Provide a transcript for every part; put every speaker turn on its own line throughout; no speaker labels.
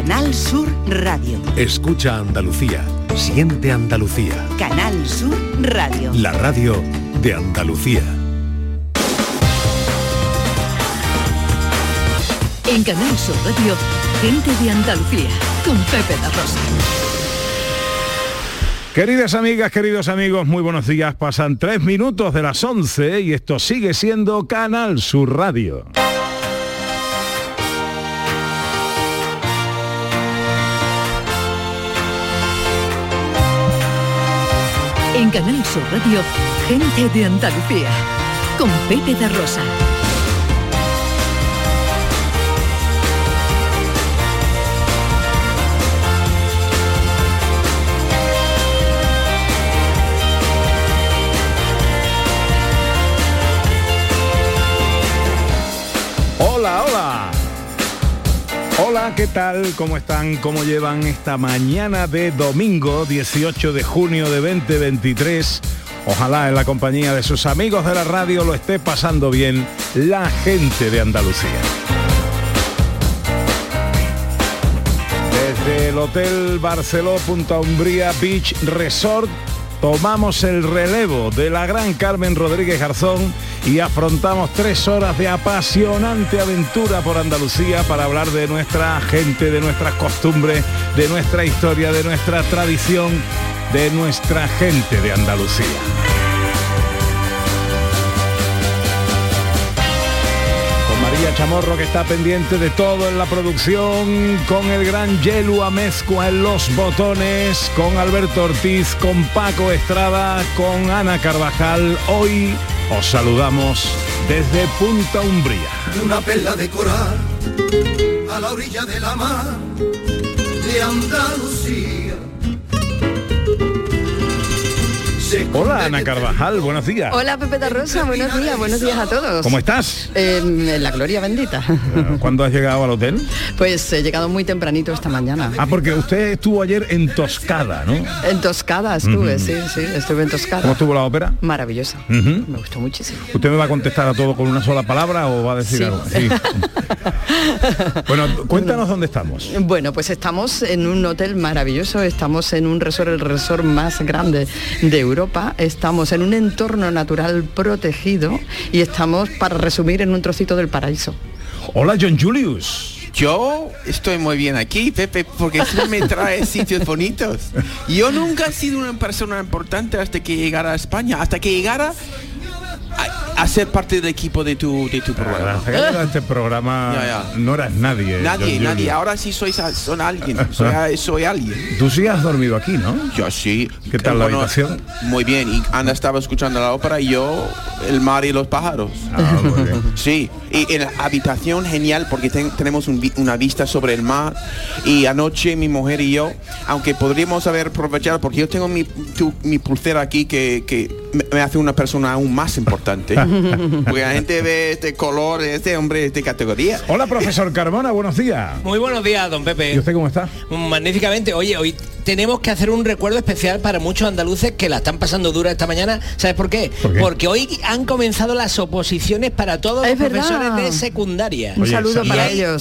Canal Sur Radio.
Escucha Andalucía. Siente Andalucía.
Canal Sur Radio.
La radio de Andalucía.
En Canal Sur Radio, gente de Andalucía, con Pepe da Rosa.
Queridas amigas, queridos amigos, muy buenos días. Pasan 3 minutos de las 11 y esto sigue siendo Canal Sur Radio.
En Canal Sur Radio, gente de Andalucía, con Pepe da Rosa.
Hola, hola. Hola, ¿qué tal? ¿Cómo están? ¿Cómo llevan esta mañana de domingo 18 de junio de 2023? Ojalá en la compañía de sus amigos de la radio lo esté pasando bien la gente de Andalucía. Desde el Hotel Barceló Punta Umbría Beach Resort tomamos el relevo de la gran Carmen Rodríguez Garzón y afrontamos 3 horas de apasionante aventura por Andalucía para hablar de nuestra gente, de nuestras costumbres, de nuestra historia, de nuestra tradición, de nuestra gente de Andalucía. Con María Chamorro, que está pendiente de todo en la producción, con el gran Yelu Amezcua en los botones, con Alberto Ortiz, con Paco Estrada, con Ana Carvajal. Hoy os saludamos desde Punta Umbría.
Una perla de coral a la orilla de la mar de Andalucía.
Hola Ana Carvajal, buenos días.
Hola Pepe da Rosa, buenos días a todos.
¿Cómo estás?
En la gloria bendita.
¿Cuándo has llegado al hotel?
Pues he llegado muy tempranito esta mañana.
Ah, porque usted estuvo ayer en Toscada, ¿no?
En Toscada estuve, sí, estuve en Toscada.
¿Cómo estuvo la ópera?
Maravillosa, me gustó muchísimo.
¿Usted me va a contestar a todo con una sola palabra o va a decir algo? Sí. Bueno, cuéntanos dónde estamos.
Bueno, pues estamos en un hotel maravilloso, estamos en un resort, el resort más grande de Europa, estamos en un entorno natural protegido y estamos, para resumir, en un trocito del paraíso.
Hola John Julius.
Yo estoy muy bien aquí, Pepe, porque eso me trae sitios bonitos. Yo nunca he sido una persona importante hasta que llegara a España, hasta que llegara a ser parte del equipo de tu programa.
Este programa no eras nadie.
Nadie. Ahora sí soy alguien. Soy alguien.
Tú sí has dormido aquí, ¿no?
Yo sí.
¿Qué tal la habitación?
Muy bien. Y Ana estaba escuchando la ópera y yo el mar y los pájaros.
Muy bien.
Sí. Y en la habitación genial porque tenemos una vista sobre el mar. Y anoche mi mujer y yo, aunque podríamos haber aprovechado, porque yo tengo mi pulsera aquí que me hace una persona aún más importante. Porque la gente ve este color, este hombre de esta categoría.
Hola, profesor Carmona, buenos días.
Muy buenos días, don Pepe.
¿Y usted cómo está?
Magníficamente. Oye, hoy tenemos que hacer un recuerdo especial para muchos andaluces que la están pasando dura esta mañana. ¿Sabes por qué? Porque hoy han comenzado las oposiciones para todos los profesores de secundaria.
Un saludo para ellos.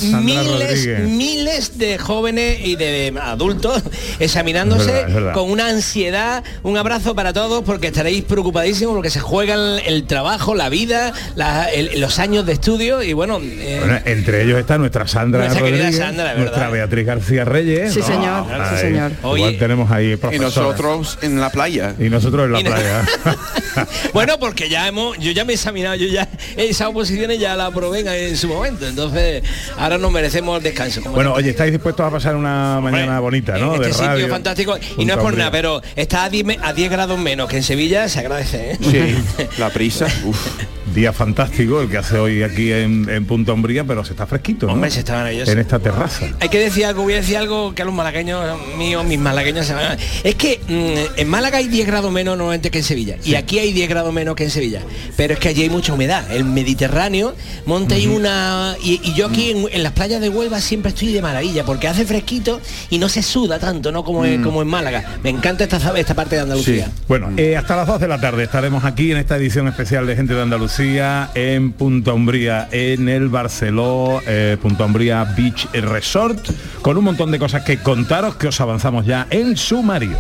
Miles de jóvenes y de adultos examinándose
es verdad.
Con una ansiedad. Un abrazo para todos porque estaréis preocupadísimos porque se juegan el trabajo, la vida, los años de estudio y bueno,
entre ellos está nuestra Sandra Rodríguez,
Sandra,
nuestra Beatriz García Reyes.
Sí, señor. Sí, señor.
Igual tenemos ahí profesores.
Y nosotros en la playa.
Y nosotros en la playa.
Bueno, porque yo ya me he examinado, yo ya esas oposiciones ya la aprobé en su momento, entonces ahora nos merecemos descanso.
Bueno, oye, estáis dispuestos a pasar una mañana bonita, ¿no?
Este
de
sitio
radio,
fantástico y no es por nada, pero está a 10 grados menos que en Sevilla, se agradece, ¿eh?
Sí, la prisa.
Día fantástico el que hace hoy aquí en Punta Umbría, pero se está fresquito, ¿no?
Hombre, se está maravilloso.
En esta terraza.
Hay que decir algo, voy a decir algo que a los malagueños míos, mis malagueños se van a... Es que en Málaga hay 10 grados menos normalmente que en Sevilla, y aquí hay 10 grados menos que en Sevilla, pero es que allí hay mucha humedad. El Mediterráneo monta ahí una... Y yo aquí en las playas de Huelva siempre estoy de maravilla, porque hace fresquito y no se suda tanto, ¿no? Como en Málaga. Me encanta esta parte de Andalucía.
Sí. Bueno, hasta las 2 de la tarde estaremos aquí en esta edición especial de Gente de Andalucía. Andalucía en Punta Umbría, en el Barceló Punta Umbría Beach Resort, con un montón de cosas que contaros, que os avanzamos ya en sumario.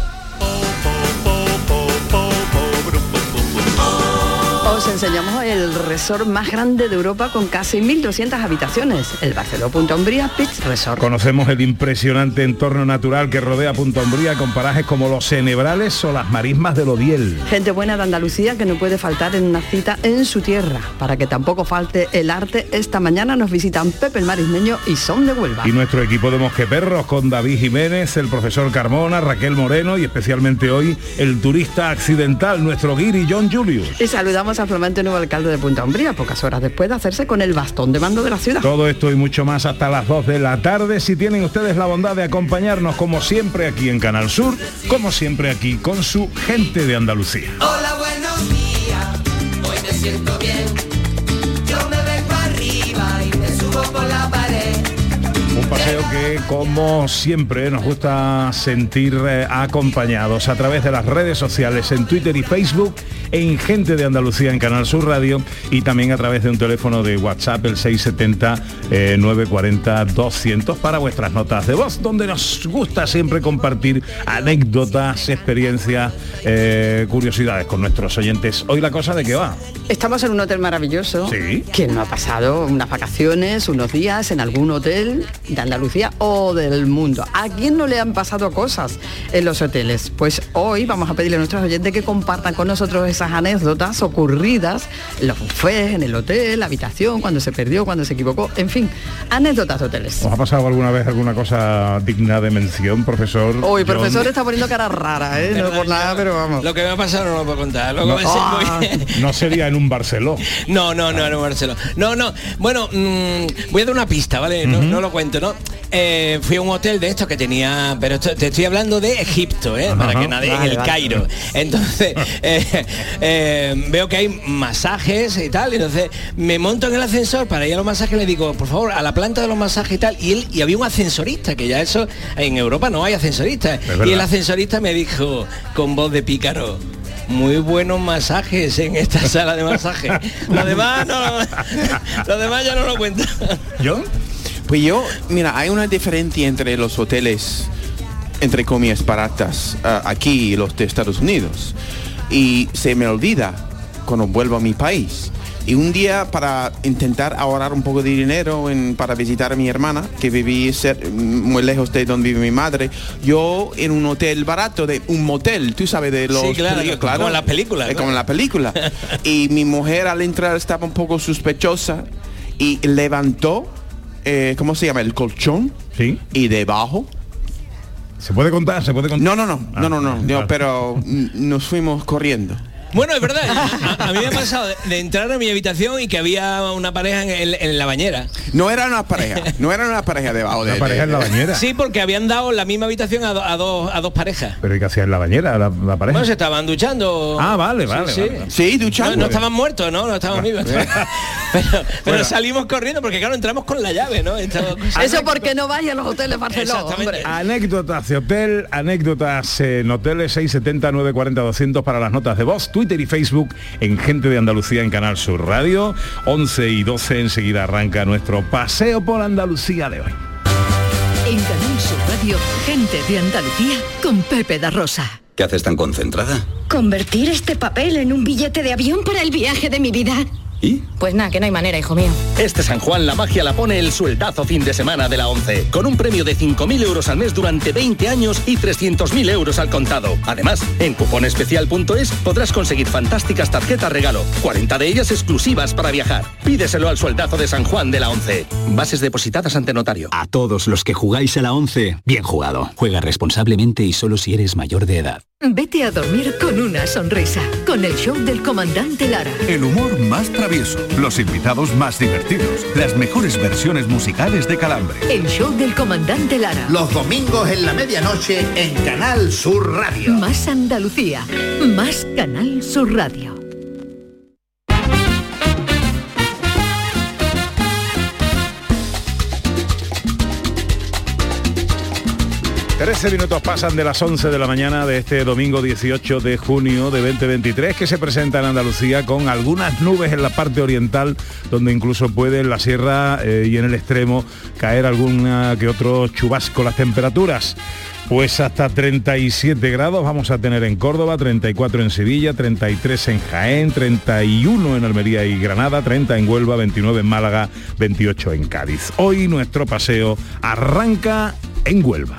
Os enseñamos el resort más grande de Europa con casi 1.200 habitaciones, el Barceló Punta Umbría Beach Resort.
Conocemos el impresionante entorno natural que rodea Punta Umbría, con parajes como los Cenebrales o las Marismas del Odiel.
Gente buena de Andalucía que no puede faltar en una cita en su tierra. Para que tampoco falte el arte, esta mañana nos visitan Pepe el Marismeño y Son de Huelva.
Y nuestro equipo de mosqueperros, con David Jiménez, el profesor Carmona, Raquel Moreno y especialmente hoy el turista accidental, nuestro guiri John Julius.
Y saludamos al flamante nuevo alcalde de Punta Umbría, pocas horas después de hacerse con el bastón de mando de la ciudad.
Todo esto y mucho más hasta las 2 de la tarde, si tienen ustedes la bondad de acompañarnos, como siempre aquí en Canal Sur, como siempre aquí con su Gente de Andalucía.
Hola, buenos días, hoy me siento bien, yo me vengo arriba y me subo por la pared.
Un paseo que, como siempre, nos gusta sentir acompañados a través de las redes sociales, en Twitter y Facebook, en Gente de Andalucía en Canal Sur Radio, y también a través de un teléfono de WhatsApp, el 670-940-200, para vuestras notas de voz, donde nos gusta siempre compartir anécdotas, experiencias, curiosidades con nuestros oyentes. Hoy la cosa, ¿de qué va?
Estamos en un hotel maravilloso.
Sí.
¿Quién no ha pasado unas vacaciones, unos días en algún hotel de Andalucía o del mundo? ¿A quién no le han pasado cosas en los hoteles? Pues hoy vamos a pedirle a nuestros oyentes que compartan con nosotros esas anécdotas ocurridas en los buffets, en el hotel, la habitación, cuando se perdió, cuando se equivocó, en fin, anécdotas de hoteles.
¿Os ha pasado alguna vez alguna cosa digna de mención, profesor?
Hoy, profesor está poniendo cara rara, no por nada, pero vamos.
Lo que me ha pasado no lo puedo contar.
No sería en un Barceló.
No, en un Barceló. No. Bueno, voy a dar una pista, ¿vale? No lo cuento, ¿no? Fui a un hotel de estos que tenía, pero te estoy hablando de Egipto, para que nadie, en el Cairo. Entonces, veo que hay masajes y tal, entonces me monto en el ascensor para ir a los masajes, le digo, por favor, a la planta de los masajes y tal, y había un ascensorista, que ya eso, en Europa no hay ascensoristas, y el ascensorista me dijo, con voz de pícaro, muy buenos masajes en esta sala de masaje. Lo demás ya no lo cuento.
¿Yo?
Pues mira, hay una diferencia entre los hoteles, entre comillas, baratas, aquí y los de Estados Unidos. Y se me olvida cuando vuelvo a mi país. Y un día, para intentar ahorrar un poco de dinero para visitar a mi hermana, que viví muy lejos de donde vive mi madre, yo en un hotel barato, de un motel, tú sabes, de los...
Sí, claro, como en las películas, ¿no?
Como en la película. Y mi mujer al entrar estaba un poco sospechosa y levantó, ¿cómo se llama? El colchón.
Sí.
Y debajo...
¿Se puede contar?
No, pero nos fuimos corriendo.
Bueno, es verdad, a mí me ha pasado de entrar a mi habitación y que había una pareja en la bañera.
No era una pareja debajo de...
¿Una pareja en la bañera?
Sí, porque habían dado la misma habitación a dos parejas.
¿Pero y qué hacía en la bañera la pareja?
Bueno, se estaban duchando.
Ah, vale.
Sí, duchando.
No estaban muertos, no estaban vivos. Pero salimos corriendo porque claro, entramos con la llave, ¿no?
Eso porque no vaya a los hoteles Barcelona, hombre.
Anécdotas de hotel, anécdotas en hoteles, 670-940-200 para las notas de voz, Twitter y Facebook en Gente de Andalucía en Canal Sur Radio. 11 y 12, enseguida arranca nuestro paseo por Andalucía de hoy.
En Canal Sur Radio, Gente de Andalucía con Pepe da Rosa.
¿Qué haces tan concentrada?
Convertir este papel en un billete de avión para el viaje de mi vida.
¿Y?
Pues nada, que no hay manera, hijo mío.
Este San Juan la magia la pone el sueldazo fin de semana de la 11, con un premio de 5.000 euros al mes durante 20 años y 300.000 euros al contado. Además, en cuponespecial.es podrás conseguir fantásticas tarjetas regalo, 40 de ellas exclusivas para viajar. Pídeselo al sueldazo de San Juan de la 11. Bases depositadas ante notario.
A todos los que jugáis a la 11, bien jugado. Juega responsablemente y solo si eres mayor de edad.
Vete a dormir con una sonrisa, con el show del comandante Lara.
El humor más travieso, los invitados más divertidos, las mejores versiones musicales de Calambre.
El show del comandante Lara.
Los domingos en la medianoche en Canal Sur Radio.
Más Andalucía, más Canal Sur Radio.
13 minutos pasan de las 11 de la mañana de este domingo 18 de junio de 2023, que se presenta en Andalucía con algunas nubes en la parte oriental, donde incluso puede en la sierra y en el extremo caer alguna que otro chubasco. Las temperaturas, pues hasta 37 grados vamos a tener en Córdoba, 34 en Sevilla, 33 en Jaén, 31 en Almería y Granada, 30 en Huelva, 29 en Málaga, 28 en Cádiz. Hoy nuestro paseo arranca en Huelva.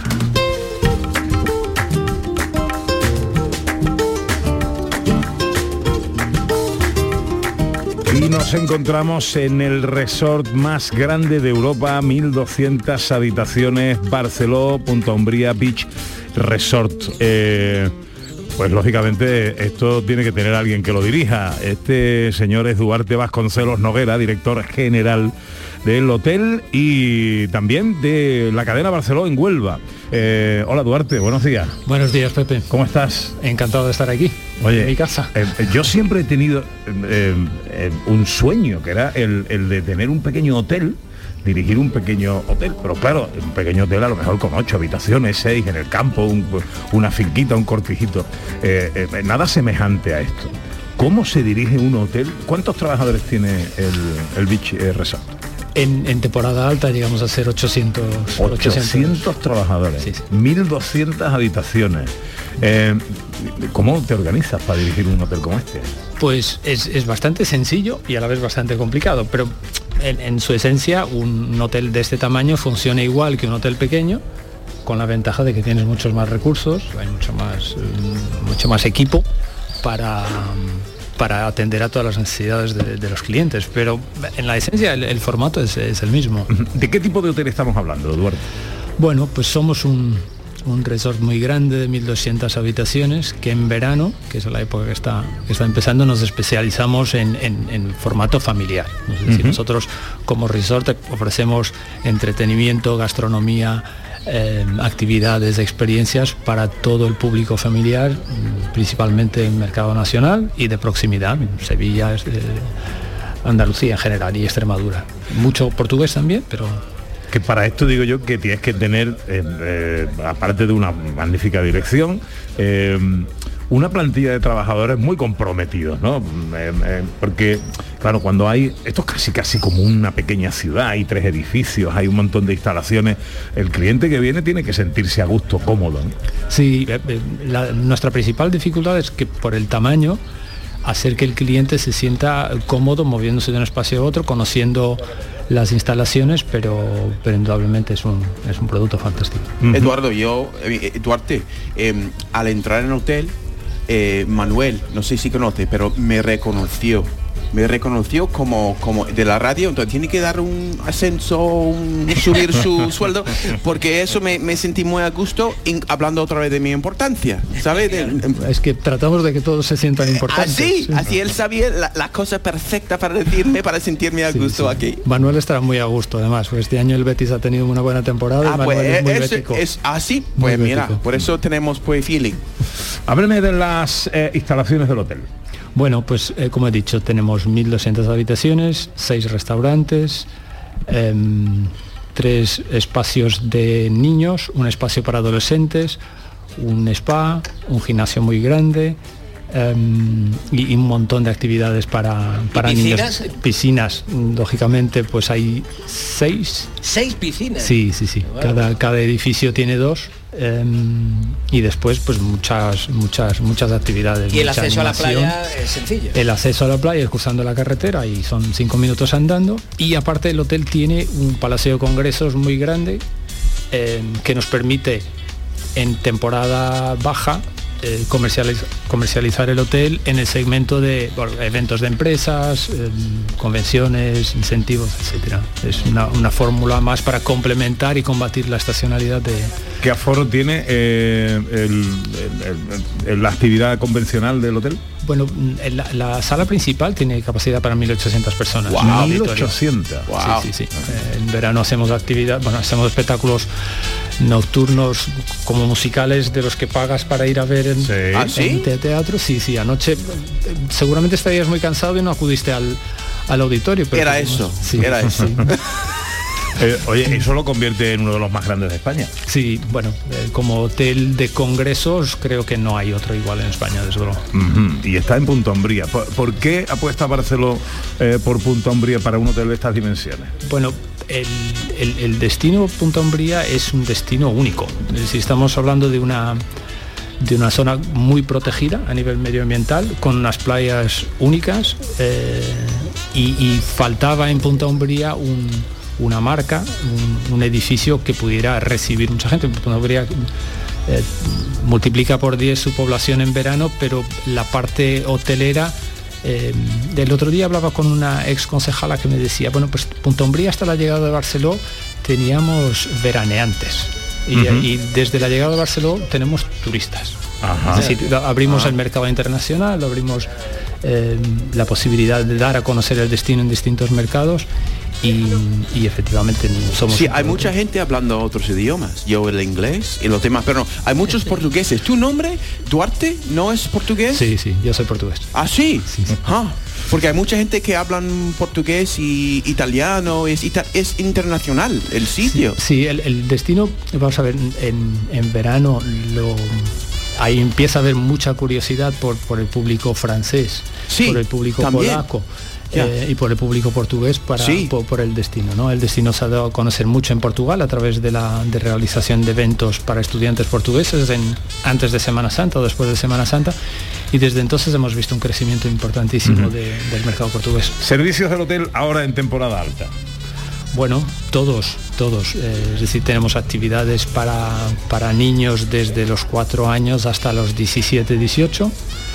Y nos encontramos en el resort más grande de Europa, 1.200 habitaciones, Barceló, Punta Umbría Beach Resort. Pues lógicamente esto tiene que tener alguien que lo dirija. Este señor es Duarte Vasconcelos Noguera, director general del hotel y también de la cadena Barceló en Huelva. Hola Duarte, buenos días.
Buenos días, Pepe.
¿Cómo estás?
Encantado de estar aquí, en mi casa.
Yo siempre he tenido un sueño, que era el de tener un pequeño hotel, dirigir un pequeño hotel, pero claro, un pequeño hotel a lo mejor con 8 habitaciones, 6 en el campo, una finquita, un cortijito. Nada semejante a esto. ¿Cómo se dirige un hotel? ¿Cuántos trabajadores tiene el Beach Resort?
En temporada alta llegamos a ser 800
trabajadores, sí. 1.200 habitaciones. ¿Cómo te organizas para dirigir un hotel como este?
Pues es bastante sencillo y a la vez bastante complicado, pero en su esencia un hotel de este tamaño funciona igual que un hotel pequeño, con la ventaja de que tienes muchos más recursos, hay mucho más equipo para atender a todas las necesidades de los clientes, pero en la esencia el formato es el mismo.
¿De qué tipo de hotel estamos hablando, Eduardo?
Bueno, pues somos un resort muy grande de 1.200 habitaciones, que en verano, que es la época que está empezando, nos especializamos en formato familiar. Es decir, nosotros como resort ofrecemos entretenimiento, gastronomía, actividades, experiencias para todo el público familiar, principalmente en mercado nacional y de proximidad, Sevilla, Andalucía en general y Extremadura. Mucho portugués también, pero...
Que para esto digo yo que tienes que tener, aparte de una magnífica dirección, una plantilla de trabajadores muy comprometidos, ¿no? Porque, claro, cuando hay... Esto es casi como una pequeña ciudad, hay 3 edificios, hay un montón de instalaciones. El cliente que viene tiene que sentirse a gusto, cómodo, ¿no?
Sí, nuestra principal dificultad es que por el tamaño, hacer que el cliente se sienta cómodo moviéndose de un espacio a otro, conociendo las instalaciones, pero indudablemente es un producto fantástico.
Eduardo, Duarte, al entrar en el hotel, Manuel, no sé si conoce, pero me reconoció como de la radio, entonces tiene que dar un ascenso, subir su sueldo, porque eso me sentí muy a gusto hablando otra vez de mi importancia, ¿sabes?
Es que tratamos de que todos se sientan importantes.
Así él sabía la cosa perfecta para decirme, para sentirme a gusto aquí.
Manuel estará muy a gusto, además, pues este año el Betis ha tenido una buena temporada y Manuel es muy bético.
Pues mira, por eso tenemos pues feeling.
Háblame de las instalaciones del hotel.
Bueno, pues como he dicho, tenemos 1.200 habitaciones, 6 restaurantes, 3 espacios de niños, un espacio para adolescentes, un spa, un gimnasio muy grande y un montón de actividades para
piscinas?
Niños. Piscinas, lógicamente, pues hay 6.
¿6 piscinas?
Sí. Wow. Cada edificio tiene 2. Y después pues muchas actividades.
Y el acceso a la playa es sencillo.
El acceso a la playa es cruzando la carretera y son 5 minutos andando. Y aparte el hotel tiene un palacio de congresos muy grande que nos permite en temporada baja comercializar el hotel en el segmento de eventos de empresas, convenciones, incentivos, etcétera. Es una fórmula más para complementar y combatir la estacionalidad de...
¿Qué aforo tiene la actividad convencional del hotel?
Bueno, la sala principal tiene capacidad para 1.800 personas.
¡Wow! 1.800.
Wow. Sí. En verano hacemos hacemos espectáculos nocturnos como musicales de los que pagas para ir a ver en teatro. Sí, anoche seguramente estarías muy cansado y no acudiste al auditorio. Pero
era eso.
Oye, eso lo convierte en uno de los más grandes de España.
Sí, bueno, como hotel de congresos creo que no hay otro igual en España, desde luego.
Y está en Punta Umbría. ¿Por qué apuesta Barceló por Punta Umbría para un hotel de estas dimensiones?
Bueno, el destino Punta Umbría es un destino único. Es decir, estamos hablando de una zona muy protegida a nivel medioambiental, con unas playas únicas, y faltaba en Punta Umbría una marca, un edificio que pudiera recibir mucha gente. Punta Umbría multiplica por 10 su población en verano, pero la parte hotelera, del otro día hablaba con una ex concejala que me decía, bueno, pues Punta Umbría hasta la llegada de Barceló teníamos veraneantes. Y desde la llegada de Barceló tenemos turistas. Es decir, abrimos el mercado internacional, abrimos la posibilidad de dar a conocer el destino en distintos mercados y efectivamente somos...
Sí, hay mucha gente hablando otros idiomas, yo el inglés y los demás, pero no, hay muchos portugueses. ¿Tu nombre, Duarte, no es portugués?
Sí, yo soy portugués.
¿Ah, sí? Sí. Porque hay mucha gente que hablan portugués y italiano, es internacional el sitio.
Sí, el destino, vamos a ver, en verano ahí empieza a haber mucha curiosidad por el público francés, por el público polaco. Y por el público portugués por el destino, ¿no? El destino se ha dado a conocer mucho en Portugal a través de realización de eventos para estudiantes portugueses antes de Semana Santa o después de Semana Santa, y desde entonces hemos visto un crecimiento importantísimo del mercado portugués.
¿Servicios del hotel ahora en temporada alta?
Bueno, todos. Es decir, tenemos actividades para niños desde los 4 años hasta los 17, 18.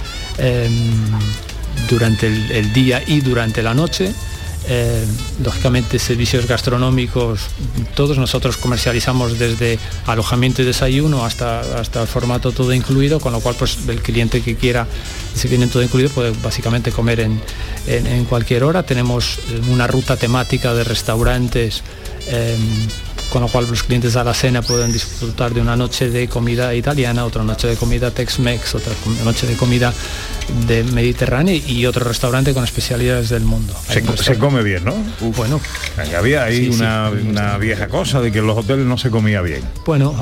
Durante el día y durante la noche. Lógicamente servicios gastronómicos, todos nosotros comercializamos desde alojamiento y desayuno hasta el formato todo incluido, con lo cual pues el cliente que quiera, si viene todo incluido, puede básicamente comer en cualquier hora. Tenemos una ruta temática de restaurantes, con lo cual los clientes a la cena pueden disfrutar de una noche de comida italiana, otra noche de comida Tex-Mex, otra noche de comida de Mediterránea y otro restaurante con especialidades del mundo.
Se come bien, ¿no?
Bueno,
había ahí una vieja cosa de que en los hoteles no se comía bien.
Bueno,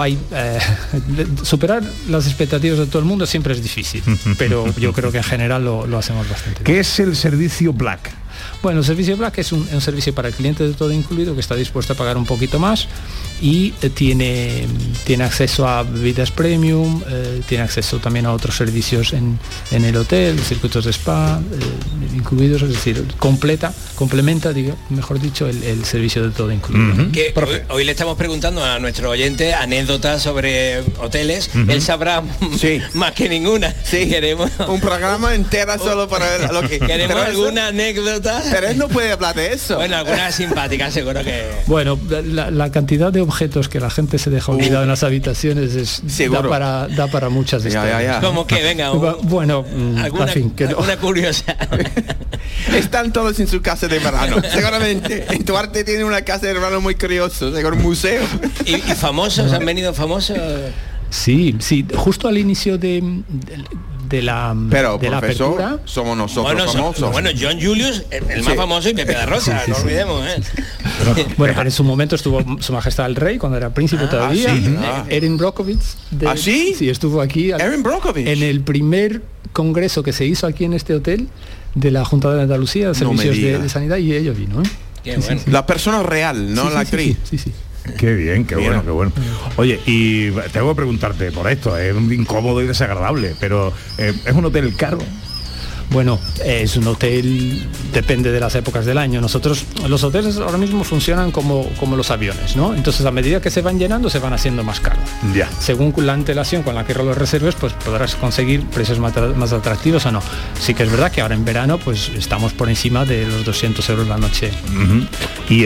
superar las expectativas de todo el mundo siempre es difícil, pero yo creo que en general lo hacemos bastante bien.
¿Qué es el servicio Black?
Bueno, el servicio Black es un servicio para el cliente de todo incluido que está dispuesto a pagar un poquito más y tiene acceso a bebidas premium, tiene acceso también a otros servicios en el hotel, circuitos de spa incluidos, es decir, complementa, mejor dicho, el servicio de todo incluido.
Que hoy le estamos preguntando a nuestro oyente anécdotas sobre hoteles, él sabrá más que ninguna.
Queremos un programa entero solo para lo que
queremos. ¿Alguna anécdota?
Pero él no puede hablar de eso.
Bueno, alguna simpática seguro que...
Bueno, la cantidad de objetos que la gente se deja olvidado en las habitaciones da para muchas historias.
Como que venga,
alguna
curiosa.
Están todos en su casa de verano, seguramente. En Duarte tiene una casa de verano muy curiosa, seguro un museo.
¿Y famosos? ¿Han venido famosos?
Sí, justo al inicio de la apertura.
Somos nosotros famosos.
Bueno, John Julius, el más famoso, y Pepe da Rosa, no olvidemos.
Bueno, pero en su momento estuvo Su Majestad el Rey, cuando era príncipe todavía. Erin Brockovich.
Sí,
estuvo aquí
Erin Brockovich
en el primer congreso que se hizo aquí en este hotel de la Junta de Andalucía de Servicios de Sanidad, y ella vino.
La persona real, no la actriz.
Sí.
Qué bien, qué bueno. Oye, y tengo que preguntarte por esto, es incómodo y desagradable, pero ¿es un hotel caro?
Bueno, es un hotel, depende de las épocas del año. Los hoteles ahora mismo funcionan como los aviones, ¿no? Entonces, a medida que se van llenando, se van haciendo más caros.
Ya.
Según la antelación con la que lo reserves, pues podrás conseguir precios más atractivos o no. Sí que es verdad que ahora en verano, pues estamos por encima de los 200 euros la noche.
Y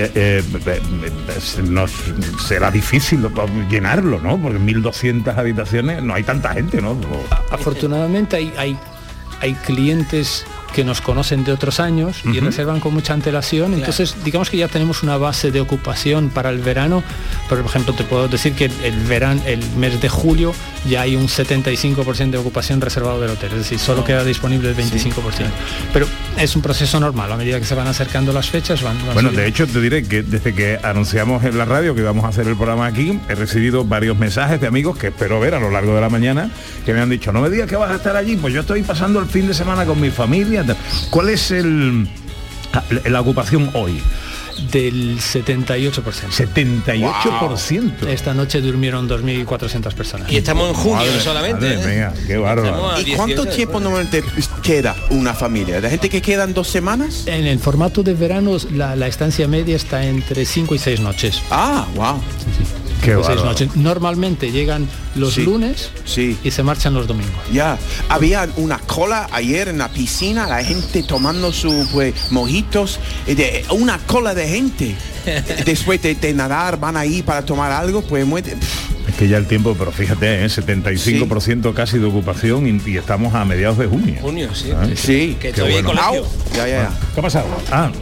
será difícil llenarlo, ¿no? Porque 1.200 habitaciones, no hay tanta gente, ¿no?
Afortunadamente hay clientes que nos conocen de otros años y reservan con mucha antelación. Entonces, digamos que ya tenemos una base de ocupación para el verano. Por ejemplo, te puedo decir que el mes de julio ya hay un 75% de ocupación reservado del hotel, es decir, solo queda disponible el 25%. Pero es un proceso normal, a medida que se van acercando las fechas van
bueno,
subiendo.
de hecho te diré que desde que anunciamos en la radio que íbamos a hacer el programa aquí, he recibido varios mensajes de amigos que espero ver a lo largo de la mañana, que me han dicho, no me digas que vas a estar allí, pues yo estoy pasando el fin de semana con mi familia. ¿Cuál es la ocupación hoy?
Del 78%.
78%.
Wow. Esta noche durmieron 2.400 personas.
Y estamos en junio solamente.
Madre mía, qué bárbaro.
¿Y cuánto tiempo normalmente queda una familia? ¿La gente que quedan 2 semanas?
En el formato de verano la estancia media está entre 5 y 6 noches.
Ah, wow.
Sí.
Qué
6 noches. Normalmente llegan los lunes y se marchan los domingos.
Ya, había una cola ayer en la piscina, la gente tomando sus mojitos, una cola de gente. Después de nadar van ahí para tomar algo, pues
es que ya el tiempo, pero fíjate, 75% casi de ocupación y estamos a mediados de junio.
Junio, sí.
Sí.
Que todavía hay colegio.
Ya.
¿Qué ha pasado?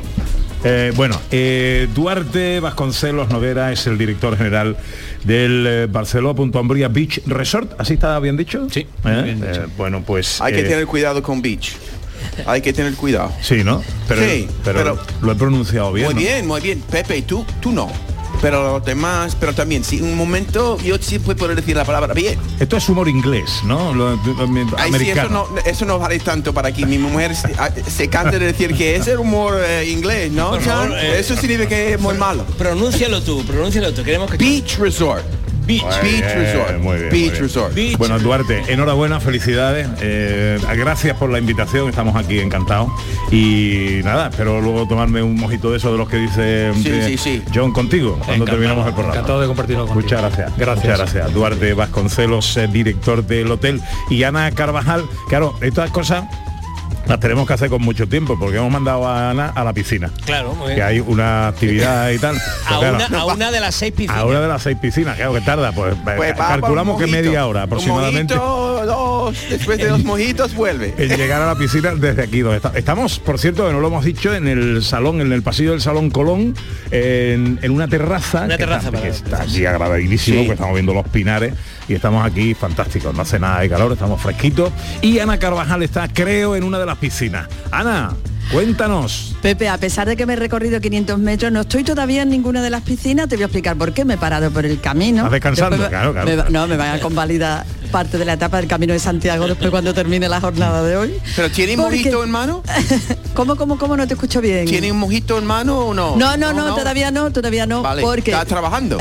Duarte Vasconcelos Noguera es el director general del Barceló.Umbría Beach Resort, ¿así está bien dicho?
Sí. Bien dicho.
Bueno, pues
hay que tener cuidado con beach. Hay que tener cuidado.
Sí, ¿no? Pero lo he pronunciado bien.
Muy bien. Pepe, tú no. Pero los demás, pero también, sí, un momento yo sí puedo poder decir la palabra bien.
Esto es humor inglés, ¿no? Americano.
Sí, eso no vale tanto para aquí. Mi mujer se canta de decir que es el humor inglés, ¿no? Eso significa que es muy malo.
Pronúncialo tú. Queremos que
Beach Resort. Beach Resort.
Muy bien.
Beach Resort.
Bueno, Duarte, enhorabuena, felicidades. Gracias por la invitación, estamos aquí encantados. Y nada, espero luego tomarme un mojito de eso de los que dice
sí.
John contigo cuando terminamos el programa.
Encantado de compartirlo contigo.
Muchas gracias. Duarte Vasconcelos, director del hotel. Y Ana Carvajal, claro, estas cosas las tenemos que hacer con mucho tiempo porque hemos mandado a Ana a la piscina.
Claro, muy bien.
Que hay una actividad y tal.
a una de las 6 piscinas.
A una de las 6 piscinas, claro que tarda, pues calculamos que media hora aproximadamente.
Después de los mojitos vuelve.
En llegar a la piscina desde aquí donde estamos, por cierto, que no lo hemos dicho, en el salón, en el pasillo del Salón Colón, en una terraza. Que está aquí agradabilísimo, porque estamos viendo los pinares y estamos aquí fantásticos, no hace nada de calor, estamos fresquitos. Y Ana Carvajal está, creo, en una de las piscinas. Ana, cuéntanos.
Pepe, a pesar de que me he recorrido 500 metros, no estoy todavía en ninguna de las piscinas. Te voy a explicar por qué. Me he parado por el camino.
¿Estás descansando? Claro.
Me van a convalidar parte de la etapa del Camino de Santiago después cuando termine la jornada de hoy.
¿Pero tiene un mojito en mano?
¿Cómo? No te escucho bien.
¿Tiene un mojito en mano o no?
No, todavía no.
Vale,
porque
está trabajando.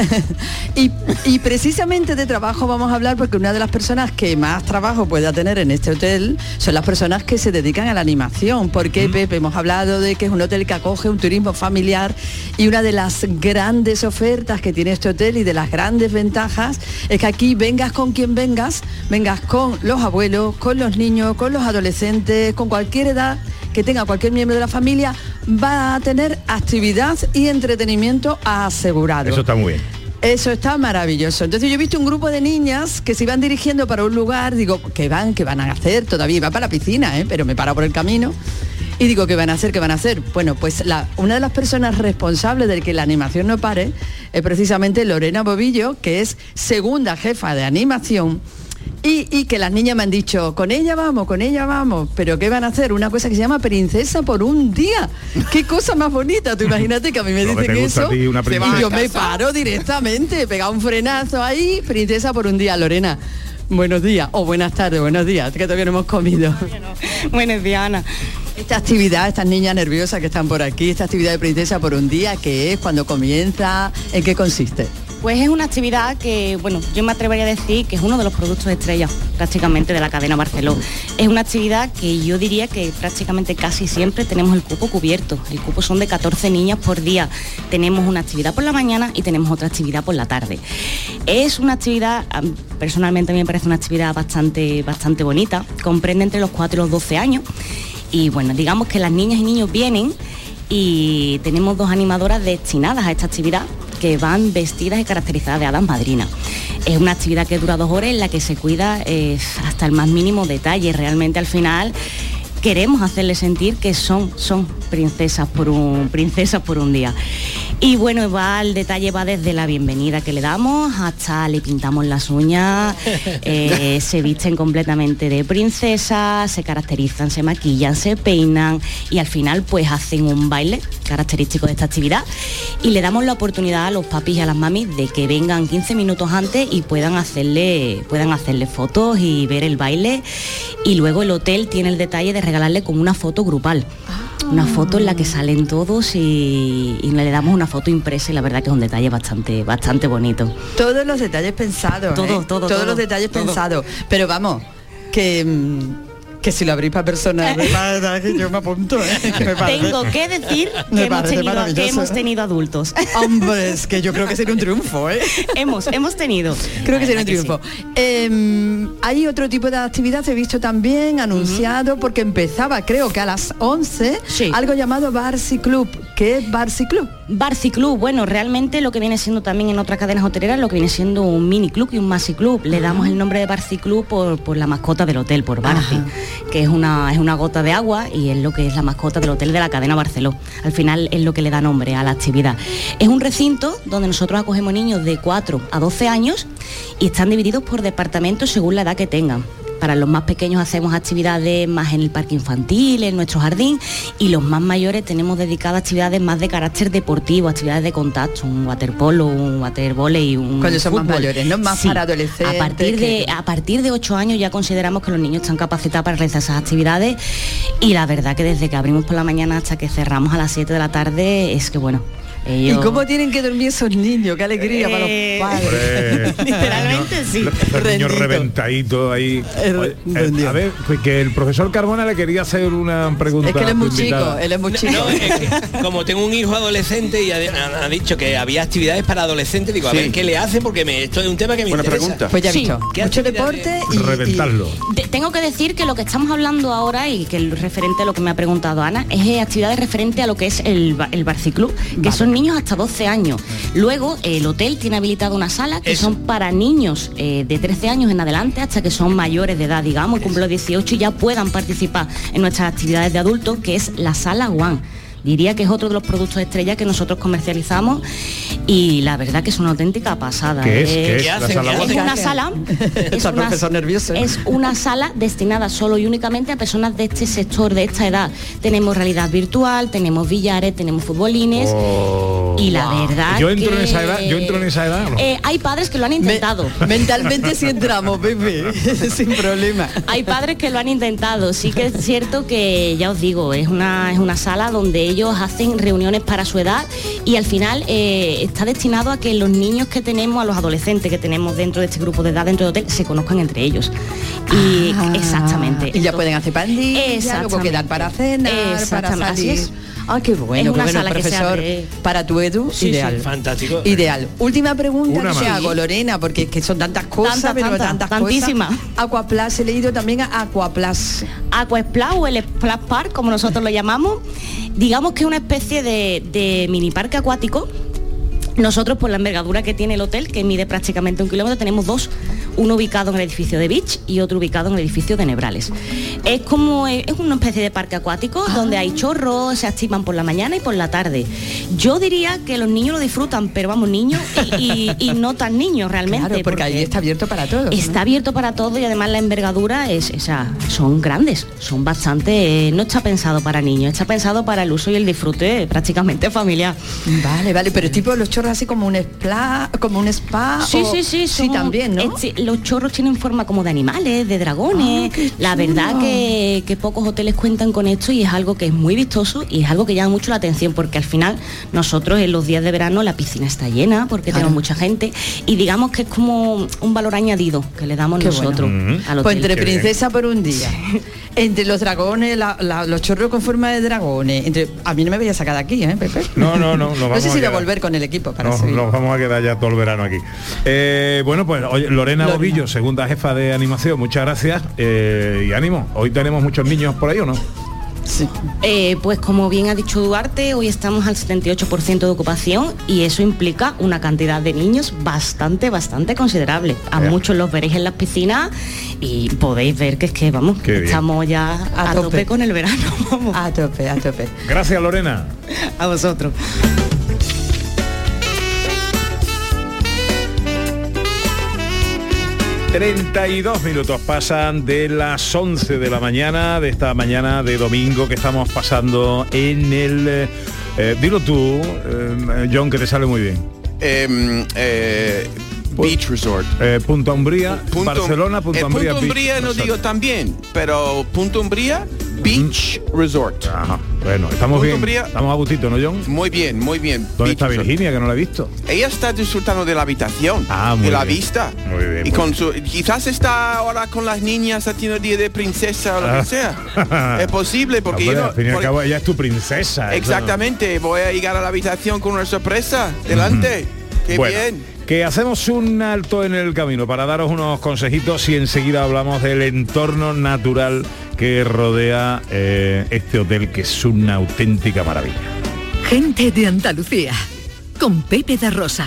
y precisamente de trabajo vamos a hablar porque una de las personas que más trabajo pueda tener en este hotel son las personas que se dedican a la animación. Porque, Pepe, hemos hablado de que es un hotel que acoge un turismo familiar y una de las grandes ofertas que tiene este hotel y de las grandes ventajas es que aquí vengas con quien vengas con los abuelos, con los niños, con los adolescentes, con cualquier edad que tenga cualquier miembro de la familia, va a tener actividad y entretenimiento asegurado.
Eso está muy bien.
Eso está maravilloso. Entonces yo he visto un grupo de niñas que se iban dirigiendo para un lugar, digo, ¿qué van a hacer? Todavía va para la piscina, pero me paro por el camino. Y digo, ¿qué van a hacer? Bueno, pues una de las personas responsables de que la animación no pare es precisamente Lorena Bobillo, que es segunda jefa de animación. Y que las niñas me han dicho, con ella vamos, pero ¿qué van a hacer? Una cosa que se llama Princesa por un día. ¡Qué cosa más bonita! Tú imagínate que a mí me dicen eso y yo me paro directamente, he pegado un frenazo ahí, Princesa por un día. Lorena, buenos días, o buenas tardes, buenos días, que todavía no hemos comido.
Buenos días, Ana.
Esta actividad, estas niñas nerviosas que están por aquí, esta actividad de Princesa por un día, ¿qué es? ¿Cuándo comienza? ¿En qué consiste?
Pues es una actividad que, yo me atrevería a decir que es uno de los productos estrella prácticamente de la cadena Barceló. Es una actividad que yo diría que prácticamente casi siempre tenemos el cupo cubierto. El cupo son de 14 niñas por día. Tenemos una actividad por la mañana y tenemos otra actividad por la tarde. Es una actividad, personalmente a mí me parece una actividad bastante bonita. Comprende entre los 4 y los 12 años. Y digamos que las niñas y niños vienen y tenemos 2 animadoras destinadas a esta actividad que van vestidas y caracterizadas de hadas madrinas. Es una actividad que dura 2 horas en la que se cuida hasta el más mínimo detalle. Realmente al final queremos hacerles sentir que son princesas por un día. Y bueno, el detalle va desde la bienvenida que le damos hasta le pintamos las uñas, se visten completamente de princesa, se caracterizan, se maquillan, se peinan y al final pues hacen un baile característico de esta actividad y le damos la oportunidad a los papis y a las mamis de que vengan 15 minutos antes y puedan hacerle fotos y ver el baile, y luego el hotel tiene el detalle de regalarle como una foto grupal. Una foto en la que salen todos y le damos una foto impresa, y la verdad que es un detalle bastante bonito.
Todos los detalles pensados, todos los detalles pensados. Pero vamos, que si lo abrís para personas, yo me apunto,
Tengo que decir que hemos tenido adultos.
Hombre, es que yo creo que sería un triunfo,
hemos tenido.
Creo que sería un triunfo. Sí. Hay otro tipo de actividad, he visto también anunciado, porque empezaba, creo que a las 11, algo llamado Barsi Club. ¿Qué es Barsi Club?
Barsi Club, bueno, realmente lo que viene siendo también en otras cadenas hoteleras, lo que viene siendo un mini club y un maxi club. Le damos el nombre de Barsi Club por la mascota del hotel, por Barsi, que es una gota de agua, y es lo que es la mascota del hotel de la cadena Barceló. Al final es lo que le da nombre a la actividad. Es un recinto donde nosotros acogemos niños de 4 a 12 años y están divididos por departamentos según la edad que tengan. Para los más pequeños hacemos actividades más en el parque infantil, en nuestro jardín, y los más mayores tenemos dedicadas actividades más de carácter deportivo, actividades de contacto, un waterpolo, un watervoley, un
cuando son
fútbol.
Más mayores, ¿no? Más para adolescentes.
A partir de 8 años ya consideramos que los niños están capacitados para realizar esas actividades, y la verdad que desde que abrimos por la mañana hasta que cerramos a las 7 de la tarde es que bueno.
¿Y cómo tienen que dormir esos niños? ¡Qué alegría para los padres!
Literalmente sí.
Los niños reventaditos ahí. A ver, que el profesor Carmona le quería hacer una pregunta.
Es que él es muy chico,
No, es que, como tengo un hijo adolescente y ha dicho que había actividades para adolescentes, digo, a ver, ¿qué le hace? Porque esto es un tema que me interesa.
Pregunta.
Pues ya visto, mucho deporte y
reventarlo.
Tengo que decir que lo que estamos hablando ahora, y que el referente a lo que me ha preguntado Ana, es actividades referente a lo que es el Barsi Club, que son niños hasta 12 años. Luego el hotel tiene habilitado una sala que son para niños de 13 años en adelante hasta que son mayores de edad, digamos, y cumplen los 18 y ya puedan participar en nuestras actividades de adultos, que es la sala One. Diría que es otro de los productos estrella que nosotros comercializamos, y la verdad que es una auténtica pasada.
¿Qué es?
Es una sala destinada solo y únicamente a personas de este sector, de esta edad. Tenemos realidad virtual, tenemos billares, tenemos futbolines, y la verdad
yo entro en esa edad, ¿no?
Hay padres que lo han intentado.
Mentalmente sí entramos, Pepe, sin problema.
Hay padres que lo han intentado. Sí que es cierto que, ya os digo, es una sala donde ellos hacen reuniones para su edad, y al final está destinado a que los niños que tenemos, a los adolescentes que tenemos dentro de este grupo de edad dentro del hotel, se conozcan entre ellos. Y exactamente.
Y ya pueden hacer pandillas, luego quedar para cenar, para salir.
Así es.
Ah, qué bueno,
es una sala que se abre.
Para tu Edu, ideal.
Sí, fantástico.
Ideal. Última pregunta que te hago, Lorena, porque es que son tantas cosas,
tantísimas.
Aquaplus, he leído también a Aquaplus.
Aquaplus o el Splash Park, como nosotros lo llamamos, digamos que es una especie de mini parque acuático. Nosotros, por la envergadura que tiene el hotel, que mide prácticamente 1 kilómetro, tenemos dos, uno ubicado en el edificio de Beach y otro ubicado en el edificio de Nebrales. Es una especie de parque acuático donde hay chorros, se activan por la mañana y por la tarde. Yo diría que los niños lo disfrutan, pero vamos, niños y no tan niños realmente.
Claro, porque ahí está abierto para todos.
Está abierto para todos, y además la envergadura son grandes, son bastante, no está pensado para niños, está pensado para el uso y el disfrute prácticamente familiar.
Vale, pero tipo los chorros así como un spa, sí, también, ¿no?
Los chorros tienen forma como de animales, de dragones. La verdad que pocos hoteles cuentan con esto, y es algo que es muy vistoso y es algo que llama mucho la atención, porque al final nosotros en los días de verano la piscina está llena porque tenemos mucha gente, y digamos que es como un valor añadido que le damos nosotros al hotel.
Pues entre princesa por un día, entre los dragones, los chorros con forma de dragones, a mí no me voy a sacar de aquí, Pepe.
No
sé si voy a volver con el equipo para
nos vamos a quedar ya todo el verano aquí. Bueno, pues oye, Lorena Bobillo, segunda jefa de animación, muchas gracias, y ánimo. ¿Hoy tenemos muchos niños por ahí o no?
Sí. Pues como bien ha dicho Duarte, hoy estamos al 78% de ocupación y eso implica una cantidad de niños bastante considerable. A muchos los veréis en las piscinas y podéis ver que es que, vamos, estamos ya a tope con el verano. Vamos.
A tope.
Gracias, Lorena.
A vosotros.
...32 pasan de las 11 de la mañana... ...de esta mañana de domingo que estamos pasando en el... dilo tú, John, que te sale muy bien.
Beach Resort.
Punta Umbría, Barcelona, Punta Umbría.
Punta Umbría
Beach
no
Resort.
digo también, pero Punta Umbría Beach Resort.
Ajá. Bueno, estamos
Punta
bien.
Umbría.
Estamos a gustito, ¿no, John?
Muy bien.
¿Dónde
Beach
está
Resort.
Virginia, que no la he visto?
Ella está disfrutando de la habitación,
muy
de la
bien.
vista.
Muy bien.
Y con su, quizás está ahora con las niñas haciendo día de princesa o lo que sea. Es posible porque
Hombre,
yo no,
al fin y al cabo ella es tu princesa.
exactamente, voy a llegar a la habitación con una sorpresa. Delante. Qué
Bueno,
bien.
que hacemos un alto en el camino para daros unos consejitos y enseguida hablamos del entorno natural que rodea este hotel, que es una auténtica maravilla.
Gente de Andalucía, con Pepe da Rosa.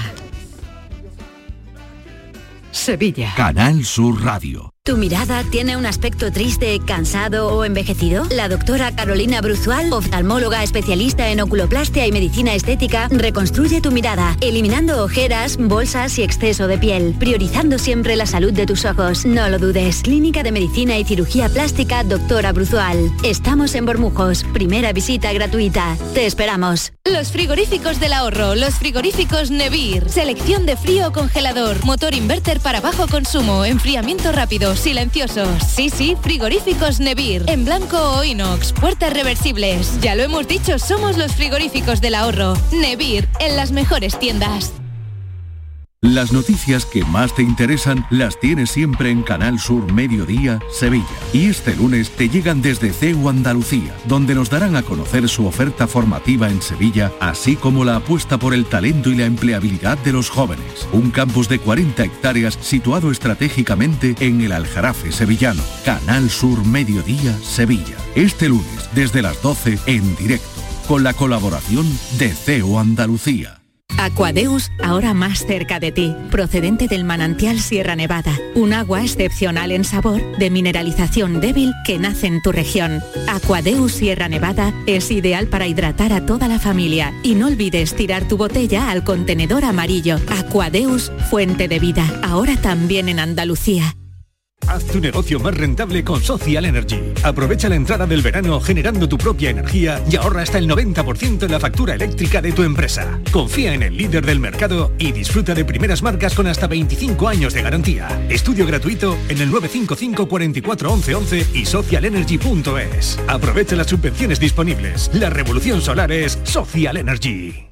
Sevilla.
Canal Sur Radio.
¿Tu mirada tiene un aspecto triste, cansado o envejecido? La doctora Carolina Bruzual, oftalmóloga especialista en oculoplastia y medicina estética, reconstruye tu mirada, eliminando ojeras, bolsas y exceso de piel, priorizando siempre la salud de tus ojos. No lo dudes. Clínica de Medicina y Cirugía Plástica Doctora Bruzual. Estamos en Bormujos. Primera visita gratuita. Te esperamos.
Los frigoríficos del ahorro, los frigoríficos Nevir. Selección de frío o congelador, motor inverter para bajo consumo, enfriamiento rápido, silenciosos. Sí, frigoríficos Nevir. En blanco o inox, puertas reversibles. Ya lo hemos dicho, somos los frigoríficos del ahorro. Nevir, en las mejores tiendas.
Las noticias que más te interesan las tienes siempre en Canal Sur Mediodía, Sevilla. Y este lunes te llegan desde CEU Andalucía, donde nos darán a conocer su oferta formativa en Sevilla, así como la apuesta por el talento y la empleabilidad de los jóvenes. Un campus de 40 hectáreas situado estratégicamente en el Aljarafe sevillano. Canal Sur Mediodía, Sevilla. Este lunes, desde las 12, en directo, con la colaboración de CEU Andalucía.
Aquadeus, ahora más cerca de ti, procedente del manantial Sierra Nevada, un agua excepcional en sabor, de mineralización débil que nace en tu región. Aquadeus Sierra Nevada es ideal para hidratar a toda la familia y no olvides tirar tu botella al contenedor amarillo. Aquadeus, fuente de vida, ahora también en Andalucía.
Haz tu negocio más rentable con Social Energy. Aprovecha la entrada del verano generando tu propia energía y ahorra hasta el 90% en la factura eléctrica de tu empresa. Confía en el líder del mercado y disfruta de primeras marcas con hasta 25 años de garantía. Estudio gratuito en el 955 44 11 11 y socialenergy.es. Aprovecha las subvenciones disponibles. La revolución solar es Social Energy.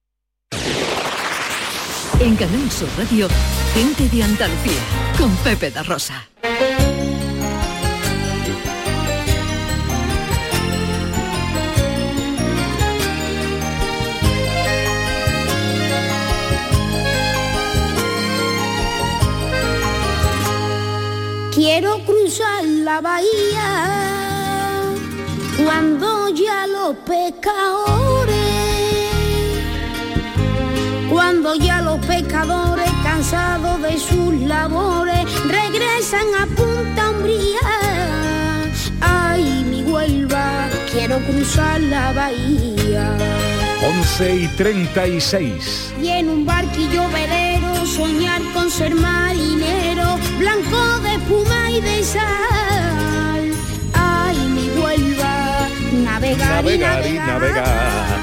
En Canal Sur Radio, Gente de Andalucía, con Pepe da Rosa.
Quiero cruzar la bahía cuando ya los pescadores cansados de sus labores regresan a Punta Umbría. Ay, mi Huelva, quiero cruzar la bahía.
11:36.
Y en un barquillo velero soñar con ser marinero, blanco de espuma y de sal. Ay, mi Huelva, navegar y navegar.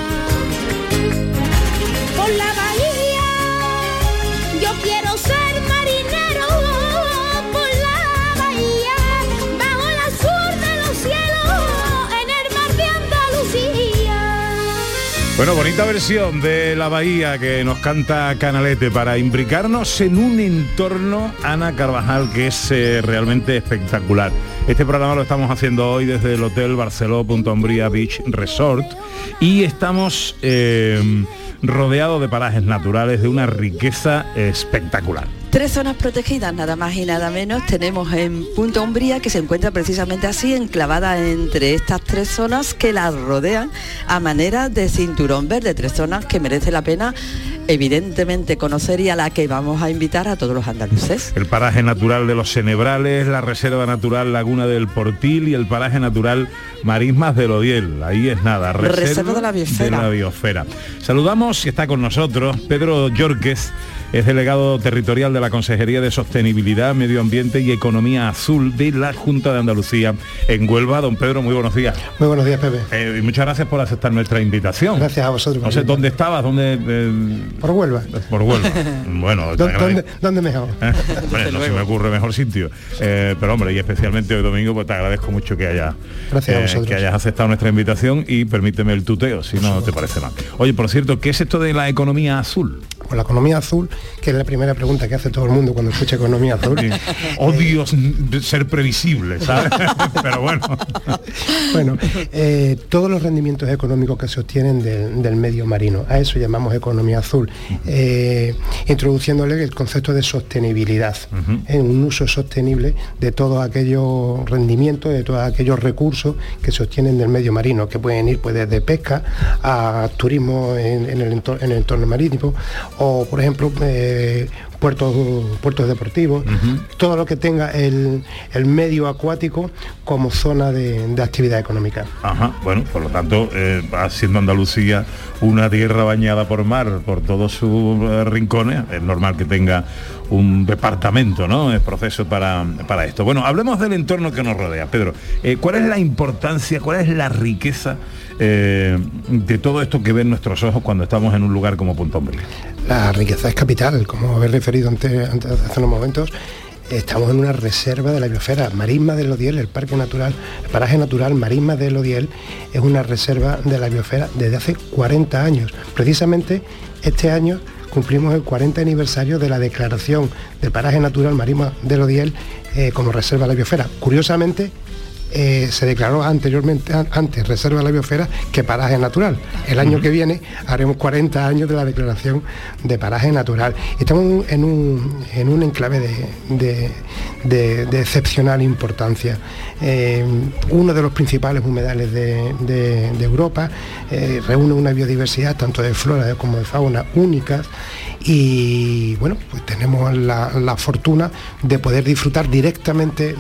Por la bahía, yo quiero ser marinero. Por la bahía, bajo el azul de los cielos, en el mar de Andalucía.
Bueno, bonita versión de La Bahía que nos canta Canalete para imbricarnos en un entorno, Ana Carvajal, que es realmente espectacular. Este programa lo estamos haciendo hoy desde el Hotel Barceló Punta Umbría Beach Resort y estamos rodeados de parajes naturales de una riqueza espectacular.
3 zonas protegidas, nada más y nada menos. Tenemos en Punta Umbría, que se encuentra precisamente así, enclavada entre estas 3 zonas que la rodean a manera de cinturón verde. 3 zonas que merece la pena, evidentemente, conocer y a la que vamos a invitar a todos los andaluces.
El paraje natural de los Senebrales, la Reserva Natural Laguna del Portil y el paraje natural Marismas del Odiel. Ahí es nada, Reserva de la Biosfera. Saludamos, y está con nosotros Pedro Yorquez, es delegado territorial de la Consejería de Sostenibilidad, Medio Ambiente y Economía Azul de la Junta de Andalucía en Huelva. Don Pedro, muy buenos días.
Muy buenos días, Pepe.
Y muchas gracias por aceptar nuestra invitación.
Gracias a vosotros.
No sé, ¿dónde estabas?
Por Huelva.
Por Huelva. Bueno,
¿Dónde mejor?
Bueno, no se me ocurre mejor sitio. Pero hombre, y especialmente hoy domingo, pues te agradezco mucho que hayas aceptado nuestra invitación, y permíteme el tuteo, si no te parece mal. Oye, por cierto, ¿qué es esto de la economía azul?
Pues la economía azul, que es la primera pregunta que hace todo el mundo cuando escucha economía azul.
Sí. Odio ser previsible, ¿sabes? Pero bueno.
Bueno, todos los rendimientos económicos que se obtienen del medio marino, a eso llamamos economía azul, introduciéndole el concepto de sostenibilidad, un uso sostenible de todos aquellos rendimientos, de todos aquellos recursos que se obtienen del medio marino, que pueden ir pues desde pesca a turismo en el entorno marítimo, o por ejemplo puertos deportivos, todo lo que tenga el medio acuático como zona de actividad económica. Ajá,
bueno, por lo tanto, siendo Andalucía una tierra bañada por mar, por todos sus rincones, es normal que tenga un departamento, ¿no? Es proceso para esto. Bueno, hablemos del entorno que nos rodea. Pedro, ¿cuál es la importancia, cuál es la riqueza de todo esto que ven nuestros ojos cuando estamos en un lugar como Punta Umbría?
La riqueza es capital, como habéis referido antes hace unos momentos. Estamos en una reserva de la biosfera. Marismas del Odiel, el paraje natural Marismas del Odiel, es una reserva de la biosfera desde hace 40 años. Precisamente este año cumplimos el 40 aniversario de la declaración del paraje natural Marismas del Odiel como reserva de la biosfera. Curiosamente, se declaró antes reserva de la biosfera que paraje natural. El año que viene haremos 40 años de la declaración de paraje natural. Estamos en un enclave de excepcional importancia. Uno de los principales humedales de Europa, reúne una biodiversidad tanto de flora como de fauna únicas, y bueno, pues tenemos la fortuna de poder disfrutar directamente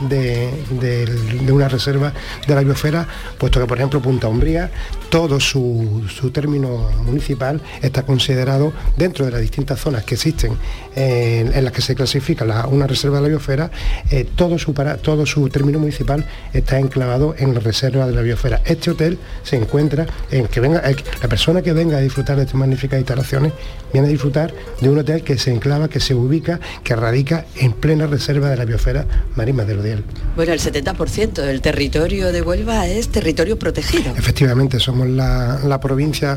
de una reserva de la biosfera, puesto que por ejemplo Punta Umbría, todo su término municipal está considerado dentro de las distintas zonas que existen en las que se clasifica una reserva de la biosfera. Todo su término municipal está enclavado en la reserva de la biosfera. Este hotel se encuentra la persona que venga a disfrutar de estas magníficas instalaciones viene a disfrutar de un hotel que se enclava, que se ubica, que radica en plena reserva de la biosfera Marismas del Odiel.
Bueno, el 70% del territorio de Huelva es territorio protegido.
Efectivamente, somos la provincia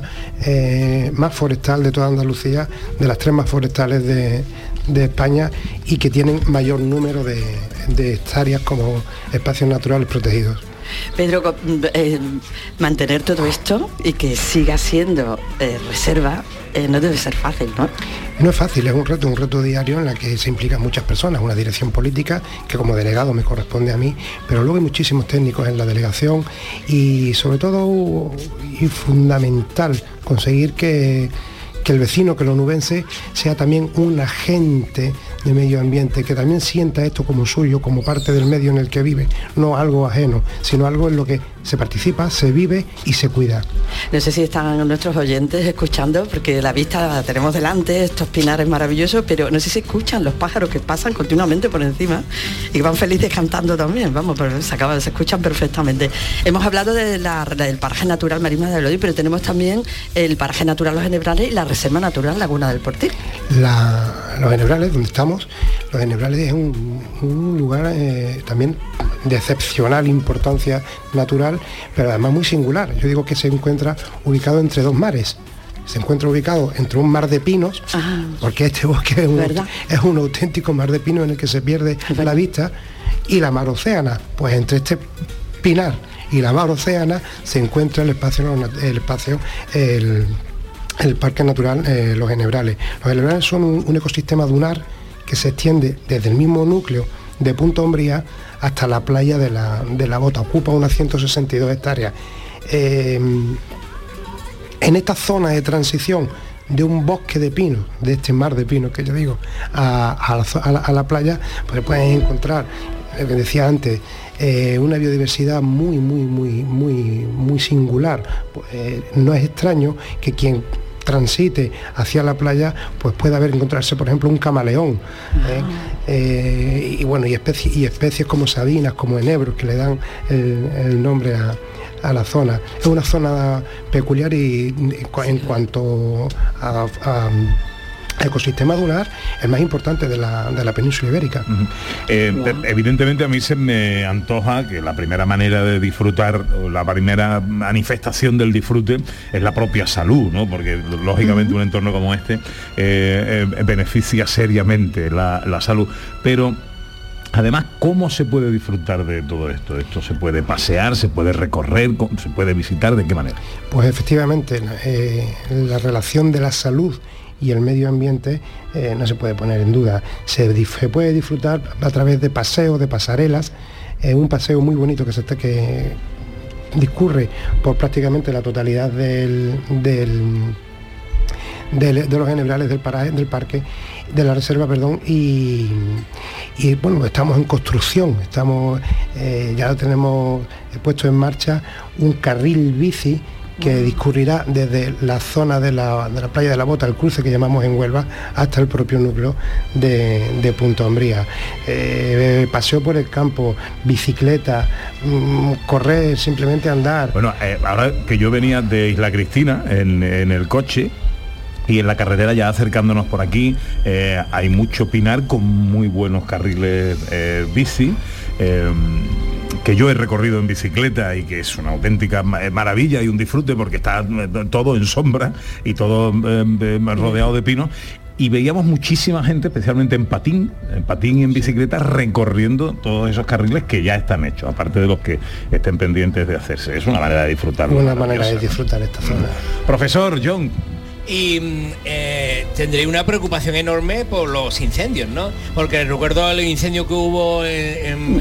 más forestal de toda Andalucía, de las 3 más forestales de España, y que tienen mayor número de hectáreas como espacios naturales protegidos.
Pedro, mantener todo esto y que siga siendo reserva no debe ser fácil, ¿no?
No es fácil, es un reto diario en la que se implican muchas personas, una dirección política que como delegado me corresponde a mí, pero luego hay muchísimos técnicos en la delegación, y sobre todo y fundamental conseguir que el vecino, que el onubense, sea también un agente de medio ambiente, que también sienta esto como suyo, como parte del medio en el que vive, no algo ajeno, sino algo en lo que se participa, se vive y se cuida.
No sé si están nuestros oyentes escuchando, porque la vista la tenemos delante, estos pinares maravillosos, pero no sé si escuchan los pájaros que pasan continuamente por encima y que van felices cantando también, vamos, pero se escuchan perfectamente. Hemos hablado del paraje natural Marismas del Odiel, pero tenemos también el paraje natural Los Enebrales y la reserva natural Laguna del Portil.
Los Enebrales, donde estamos, Los Enebrales es un lugar también de excepcional importancia natural, pero además muy singular. Yo digo que se encuentra ubicado entre 2 mares. Se encuentra ubicado entre un mar de pinos, porque este bosque es un auténtico mar de pinos en el que se pierde la vista, y la mar Océana. Pues entre este pinar y la mar Océana se encuentra el Parque Natural Los Enebrales. Los Enebrales son un ecosistema dunar que que se extiende desde el mismo núcleo de Punta Umbría hasta la playa de la Bota. Ocupa unas 162 hectáreas. En esta zona de transición de un bosque de pinos, de este mar de pinos que yo digo, a la playa, pues pueden encontrar, lo que decía antes, una biodiversidad muy singular. No es extraño que quien transite hacia la playa pues pueda encontrarse, por ejemplo, un camaleón, y especies como sabinas, como enebros, que le dan el nombre a la zona. Es una zona peculiar y en cuanto a ecosistema dunar, el más importante de la península ibérica.
Evidentemente a mí se me antoja que la primera manera de disfrutar, o la primera manifestación del disfrute, es la propia salud, ¿no? Porque lógicamente un entorno como este beneficia seriamente la salud. Pero además, ¿cómo se puede disfrutar de todo esto? ¿Esto se puede pasear, se puede recorrer, se puede visitar? ¿De qué manera?
Pues efectivamente, la relación de la salud y el medio ambiente no se puede poner en duda. Se puede disfrutar a través de paseos, de pasarelas, un paseo muy bonito que discurre por prácticamente la totalidad de los enhebrales del parque, de la reserva, perdón, y bueno, estamos en construcción, ya tenemos puesto en marcha un carril bici que discurrirá desde la zona de la playa de la Bota, el cruce que llamamos en Huelva, hasta el propio núcleo de Punta Umbría. Paseo por el campo, bicicleta, correr, simplemente andar.
Bueno, ahora que yo venía de Isla Cristina en el coche, y en la carretera ya acercándonos por aquí, hay mucho pinar con muy buenos carriles bici, que yo he recorrido en bicicleta y que es una auténtica maravilla y un disfrute porque está todo en sombra y todo rodeado de pinos. Y veíamos muchísima gente, especialmente en patín y en bicicleta, recorriendo todos esos carriles que ya están hechos, aparte de los que estén pendientes de hacerse. Es una manera de disfrutarlo.
Una manera de disfrutar esta zona.
Profesor John.
Y tendré una preocupación enorme por los incendios, ¿no? Porque recuerdo el incendio que hubo en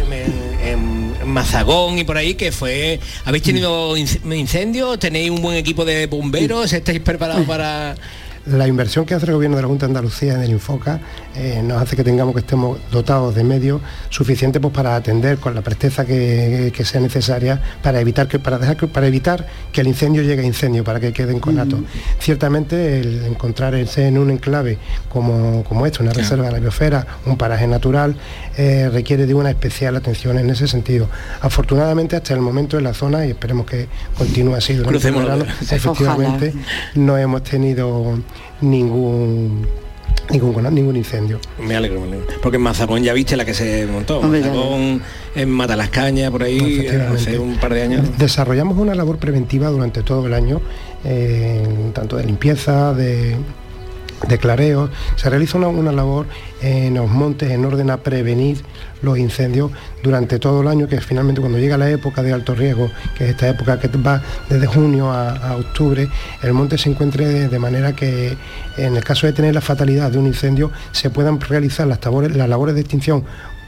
Mazagón y por ahí, que fue... ¿Habéis tenido incendios? ¿Tenéis un buen equipo de bomberos? ¿Estáis preparados para...?
La inversión que hace el Gobierno de la Junta de Andalucía en el Infoca nos hace que estemos dotados de medios suficientes pues, para atender con la presteza que sea necesaria para evitar que el incendio llegue a incendio, para que quede en conato. Ciertamente el encontrarse en un enclave como este, una reserva de la biosfera, un paraje natural, requiere de una especial atención en ese sentido. Afortunadamente hasta el momento en la zona, y esperemos que continúe así durante el verano, efectivamente no hemos tenido ningún incendio.
Me alegro. Porque en Mazagón ya viste la que se montó. Mazagón, en Matalascaña, por ahí, hace un par de años.
Desarrollamos una labor preventiva durante todo el año, tanto de limpieza, de clareo. Se realiza una labor en los montes en orden a prevenir los incendios durante todo el año, que finalmente cuando llega la época de alto riesgo, que es esta época que va desde junio a octubre, el monte se encuentre de manera que en el caso de tener la fatalidad de un incendio se puedan realizar las labores de extinción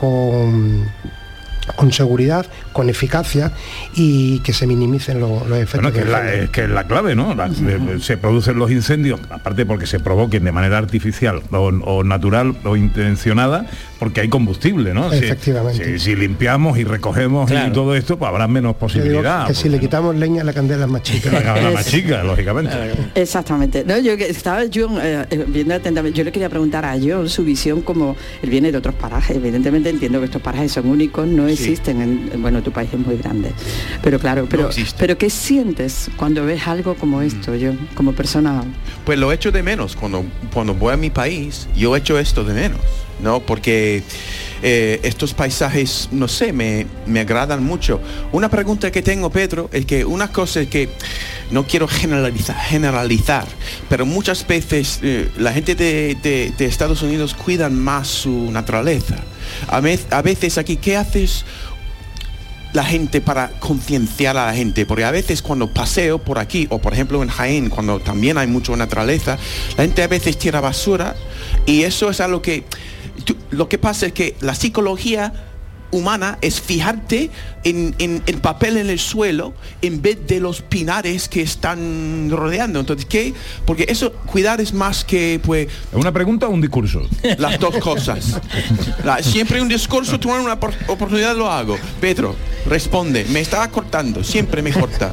con seguridad, con eficacia y que se minimicen los efectos.
Bueno, que es la clave, ¿no? Se producen los incendios, aparte porque se provoquen de manera artificial o natural o intencionada, porque hay combustible, ¿no?
Efectivamente.
Si limpiamos y recogemos y todo esto, pues habrá menos posibilidad.
Que si le quitamos leña, la candela es más chica.
La candela más chica, lógicamente.
Exactamente. No, yo estaba viendo atentamente, yo le quería preguntar a John su visión, como él viene de otros parajes. Evidentemente entiendo que estos parajes son únicos, no existen bueno, tu país es muy grande, pero claro, pero ¿qué sientes cuando ves algo como esto, yo como persona?
Pues lo echo de menos cuando voy a mi país. Yo echo esto de menos, ¿no? Porque estos paisajes, no sé, me agradan mucho. Una pregunta que tengo, Pedro, es que una cosa es que no quiero generalizar, pero muchas veces la gente de Estados Unidos cuidan más su naturaleza. A veces aquí, ¿qué haces la gente para concienciar a la gente? Porque a veces cuando paseo por aquí, o por ejemplo en Jaén, cuando también hay mucha naturaleza, la gente a veces tira basura, y eso es algo que lo que pasa es que la psicología humana es fijarte en papel en el suelo en vez de los pinares que están rodeando. Entonces, ¿qué? Porque eso, cuidar es más que, pues...
¿Es una pregunta o un discurso?
Las dos cosas. Siempre un discurso, tú en una oportunidad lo hago. Pedro, responde. Me estaba cortando, siempre me corta.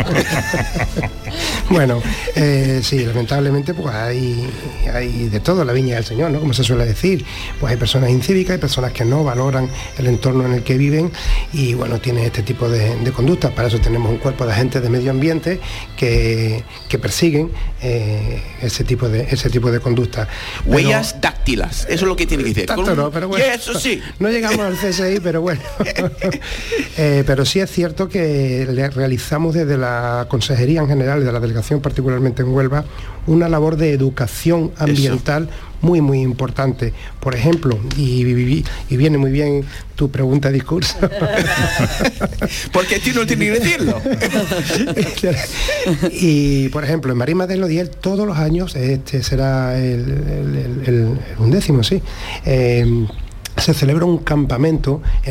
Bueno, sí, lamentablemente pues hay de todo, la viña del Señor, ¿no? Como se suele decir. Pues hay personas incívicas, hay personas que no valoran el entorno en el que viven y bueno, tienen este tipo de conductas. Para eso tenemos un cuerpo de agentes de medio ambiente que persiguen ese tipo de conductas.
Huellas dáctilas, eso es lo que tiene que decir.
Tanto no, pero bueno,
eso sí.
No llegamos al CSI, pero bueno. Pero sí es cierto que le realizamos desde la Consejería en general y de la Delegación particularmente en Huelva una labor de educación ambiental muy muy importante. Por ejemplo, y viene muy bien tu pregunta discurso.
Porque tú no tienes que decirlo.
Y por ejemplo, en Marismas del Odiel todos los años, este será el 11º, sí. Se celebra un campamento con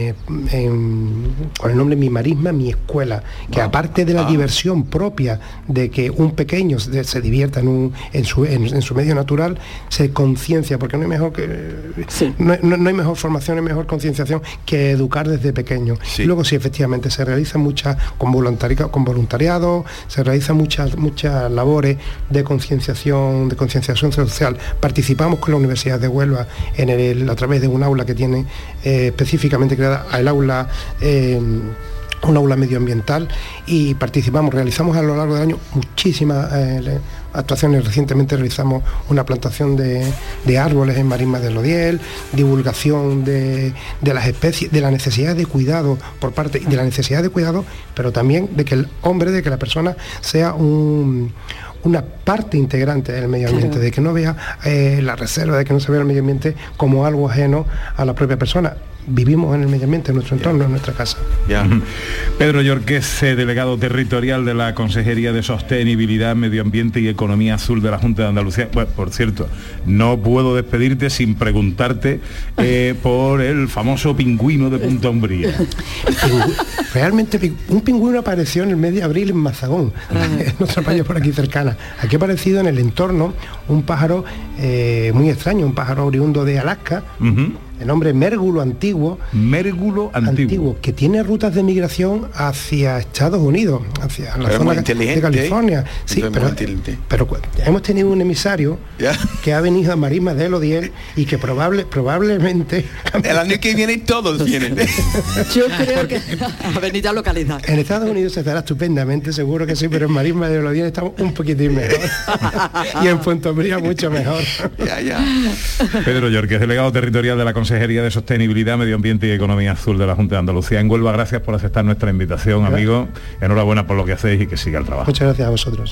el nombre Mi Marisma, Mi Escuela, que aparte de la diversión propia de que un pequeño se divierta en su medio natural, se conciencia, porque no hay mejor no hay mejor formación, no hay mejor concienciación que educar desde pequeño. Sí. Y luego sí, efectivamente, se realizan muchas con voluntariado, se realizan muchas labores de concienciación social. Participamos con la Universidad de Huelva a través de un aula que tiene específicamente creada el aula un aula medioambiental y realizamos a lo largo del año muchísimas actuaciones. Recientemente realizamos una plantación de árboles en Marismas del Odiel, divulgación de las especies, de la necesidad de cuidado pero también de que la persona sea una parte integrante del medio ambiente, de que no vea la reserva, de que no se vea el medio ambiente como algo ajeno a la propia persona. Vivimos en el medio ambiente, en nuestro entorno, en nuestra casa.
Pedro Yorqués, delegado territorial de la Consejería de Sostenibilidad, Medio Ambiente y Economía Azul de la Junta de Andalucía. Bueno, por cierto, no puedo despedirte sin preguntarte por el famoso pingüino de Punta Umbría.
Realmente un pingüino apareció en el mes de abril en Mazagón, en nuestra playa por aquí cercana. Aquí ha aparecido en el entorno un pájaro muy extraño, un pájaro oriundo de Alaska, de nombre mérgulo antiguo, que tiene rutas de migración hacia Estados Unidos, hacia la zona de California. Sí, pero hemos tenido un emisario que ha venido a Marismas del Odiel y que probablemente
el año que viene todos vienen.
Yo creo que a venir a localidad.
En Estados Unidos se estará estupendamente, seguro que sí, pero en Marismas del Odiel estamos un poquitín mejor. Y en Punta Umbría mucho mejor.
Pedro Yorqués, delegado territorial de la Consejería de Sostenibilidad, Medio Ambiente y Economía Azul de la Junta de Andalucía en Huelva. Gracias por aceptar nuestra invitación, amigo. Enhorabuena por lo que hacéis y que siga el trabajo.
Muchas gracias a vosotros.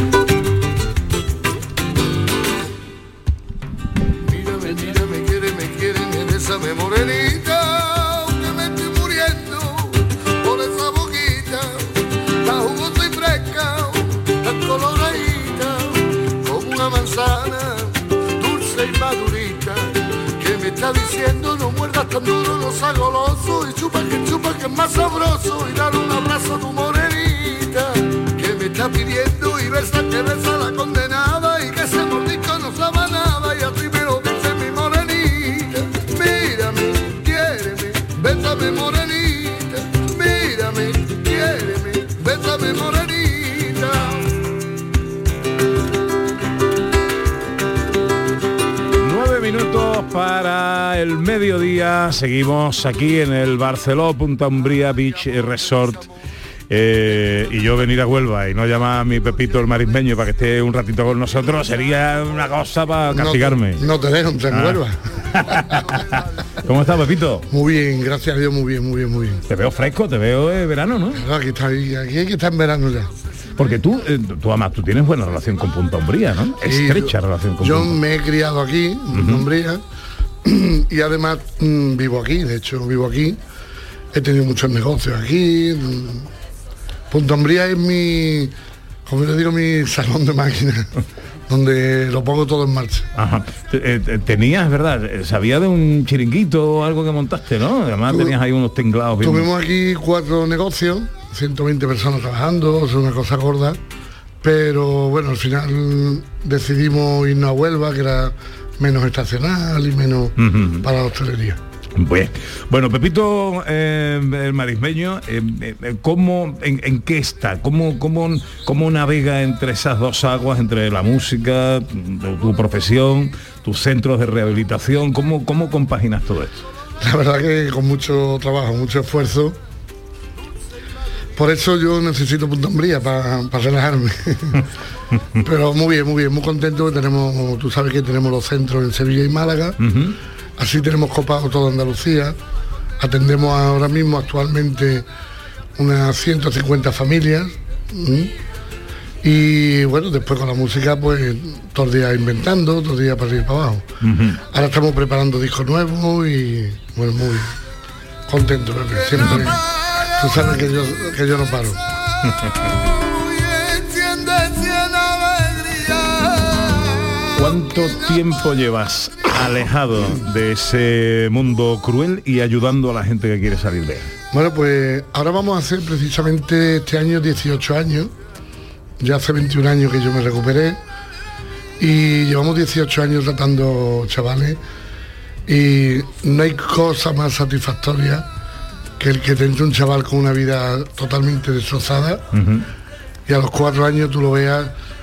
Me quiere, bésame morenita, aunque me estoy muriendo por esa boquita, tan jugosa y fresca, tan coloradita, como una manzana, dulce y madurita. Me está diciendo no muerdas tan duro, no seas goloso y chupa que es más sabroso y dale un abrazo a tu morenita que me está pidiendo y besa que besa la condenada y que ese mordisco no sabe nada y así me lo dice mi morenita. Mírame, quiéreme, bésame morenita, mírame, quiéreme, bésame morenita.
Minutos para el mediodía. Seguimos aquí en el Barceló Punta Umbría Beach Resort. Y yo venir a Huelva y no llamar a mi Pepito el marismeño para que esté un ratito con nosotros sería una cosa para castigarme.
No te dejo entrar en Huelva.
¿Cómo estás, Pepito?
Muy bien, gracias a Dios, muy bien.
Te veo fresco, te veo verano, ¿no?
Aquí hay que estar en verano ya.
Porque tú además, tú tienes buena relación con Punta Umbría, ¿no? Estrecha relación con Punta Umbría.
Yo me he criado aquí, en Umbría, y además vivo aquí, de hecho vivo aquí. He tenido muchos negocios aquí. Punta Umbría es mi salón de máquinas.
donde lo pongo todo en marcha.
Ajá. Tenías, ¿verdad? Sabía de un chiringuito o algo que montaste, ¿no? Además tenías ahí unos tinglados.
Tuvimos aquí 4 negocios, 120 personas trabajando, es una cosa gorda, pero bueno, al final decidimos irnos a Huelva, que era menos estacional y menos para la hostelería.
Bueno, Pepito, el marismeño, ¿en qué está? ¿Cómo navega entre esas dos aguas, entre la música, tu profesión, tus centros de rehabilitación? ¿Cómo compaginas todo esto?
La verdad que con mucho trabajo, mucho esfuerzo. Por eso yo necesito Punta Umbría para relajarme. Pero muy bien, muy contento que tenemos, tú sabes que tenemos los centros en Sevilla y Málaga. Así tenemos copado toda Andalucía. Atendemos ahora mismo actualmente unas 150 familias. Y bueno, después con la música pues todos los días inventando, todos los días para arriba y para abajo. Ahora estamos preparando discos nuevos y bueno, muy contento, Pepe. Siempre, tú sabes que yo no paro.
¿Cuánto tiempo llevas alejado de ese mundo cruel y ayudando a la gente que quiere salir de él?
Bueno, pues ahora vamos a hacer precisamente este año 18 años. Ya hace 21 años que yo me recuperé y llevamos 18 años tratando chavales y no hay cosa más satisfactoria que el que te entre un chaval con una vida totalmente destrozada y a los 4 años tú lo veas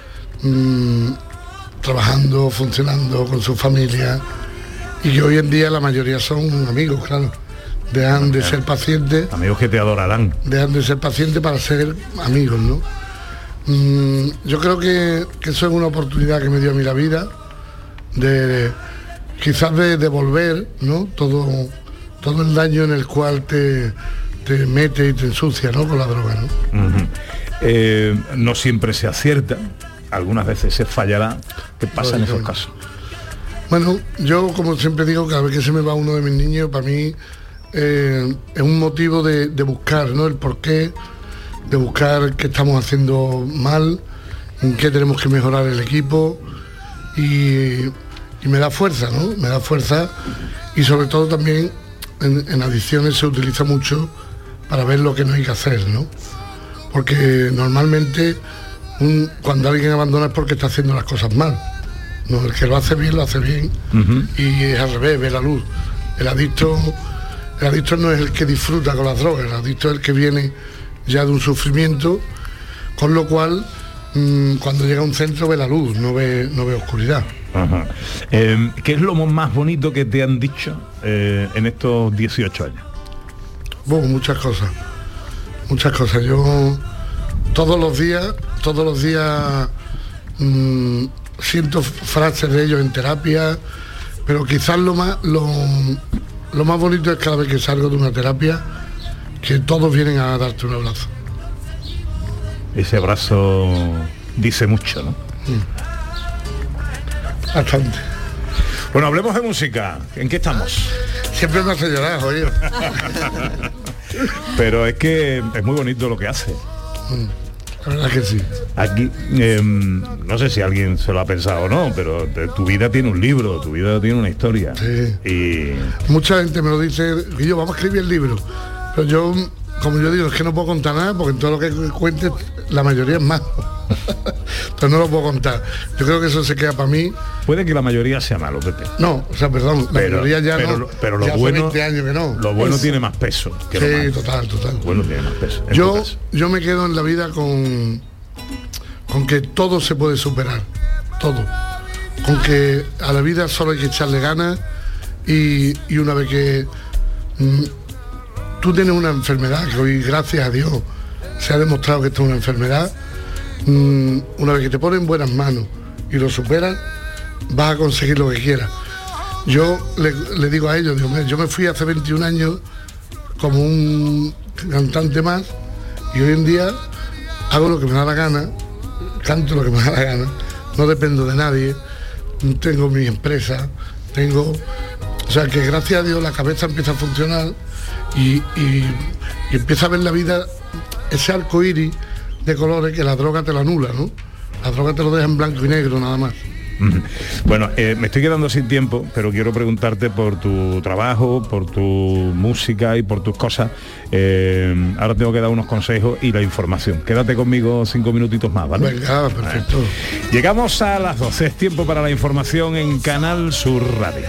trabajando, funcionando con su familia y que hoy en día la mayoría son amigos, claro. Dejan de ser pacientes.
Amigos que te adorarán. Dejan
de ser pacientes para ser amigos, ¿no? Yo creo que eso es una oportunidad que me dio a mí la vida, de quizás de devolver, ¿no? Todo el daño en el cual te mete y te ensucia, ¿no? Con la droga, ¿no?
No siempre se acierta, algunas veces se fallará. ¿Qué pasa en esos casos?
Bueno, yo como siempre digo, cada vez que se me va uno de mis niños, para mí es un motivo de buscar, ¿no? El porqué, de buscar qué estamos haciendo mal, en qué tenemos que mejorar el equipo y me da fuerza, ¿no? Me da fuerza y sobre todo también en adicciones se utiliza mucho para ver lo que no hay que hacer, ¿no? Porque normalmente cuando alguien abandona es porque está haciendo las cosas mal, ¿no? El que lo hace bien y es al revés, ve la luz. El adicto no es el que disfruta con las drogas, el adicto es el que viene ya de un sufrimiento, con lo cual cuando llega a un centro ve la luz, no ve oscuridad.
¿Qué es lo más bonito que te han dicho en estos 18 años?
Bueno, muchas cosas. Yo todos los días siento frases de ellos en terapia, pero quizás lo más bonito es cada vez que salgo de una terapia que todos vienen a darte un abrazo.
Ese abrazo dice mucho, ¿no?
Bastante.
Bueno, hablemos de música. ¿En qué estamos?
Siempre me hace llorar, jodido.
Pero es que es muy bonito lo que hace.
La verdad que sí.
Aquí, no sé si alguien se lo ha pensado o no, pero tu vida tiene un libro, tu vida tiene una historia.
Sí.
Y
mucha gente me lo dice, que yo vamos a escribir el libro. Pero yo, como yo digo, es que no puedo contar nada porque en todo lo que cuente la mayoría es malo. Entonces no lo puedo contar. Yo creo que eso se queda para mí.
Puede que la mayoría sea malo, Pepe.
No, o sea, perdón, la mayoría ya no.
Pero lo
ya
bueno,
hace 20 años que no.
Lo bueno tiene más peso que lo malo.
Total.
Lo bueno tiene más peso.
Yo me quedo en la vida con que todo se puede superar. Todo. Con que a la vida solo hay que echarle ganas y una vez que tú tienes una enfermedad, que hoy gracias a Dios se ha demostrado que esto es una enfermedad, una vez que te ponen buenas manos y lo superas, vas a conseguir lo que quieras. Yo le digo a ellos, yo me fui hace 21 años como un cantante más y hoy en día hago lo que me da la gana, canto lo que me da la gana, no dependo de nadie, tengo mi empresa, o sea que gracias a Dios la cabeza empieza a funcionar y empieza a ver la vida, ese arco iris de colores que la droga te la anula, ¿no? La droga te lo deja en blanco y negro nada más.
Bueno, me estoy quedando sin tiempo, pero quiero preguntarte por tu trabajo, por tu música y por tus cosas. Ahora tengo que dar unos consejos y la información. Quédate conmigo 5 minutitos más, ¿vale?
Venga, perfecto.
Llegamos a las 12, es tiempo para la información en Canal Sur Radio.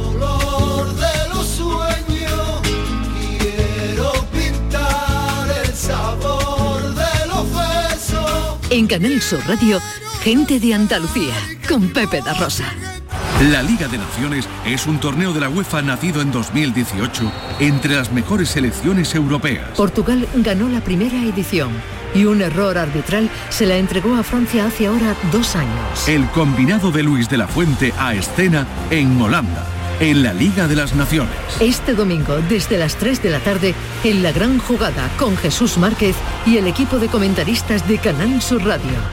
En Canal Sur Radio, Gente de Andalucía, con Pepe da Rosa.
La Liga de Naciones es un torneo de la UEFA nacido en 2018 entre las mejores selecciones europeas.
Portugal ganó la primera edición y un error arbitral se la entregó a Francia hace ahora 2 años.
El combinado de Luis de la Fuente a escena en Holanda, en la Liga de las Naciones.
Este domingo, desde las 3 de la tarde, en La Gran Jugada, con Jesús Márquez y el equipo de comentaristas de Canal Sur Radio.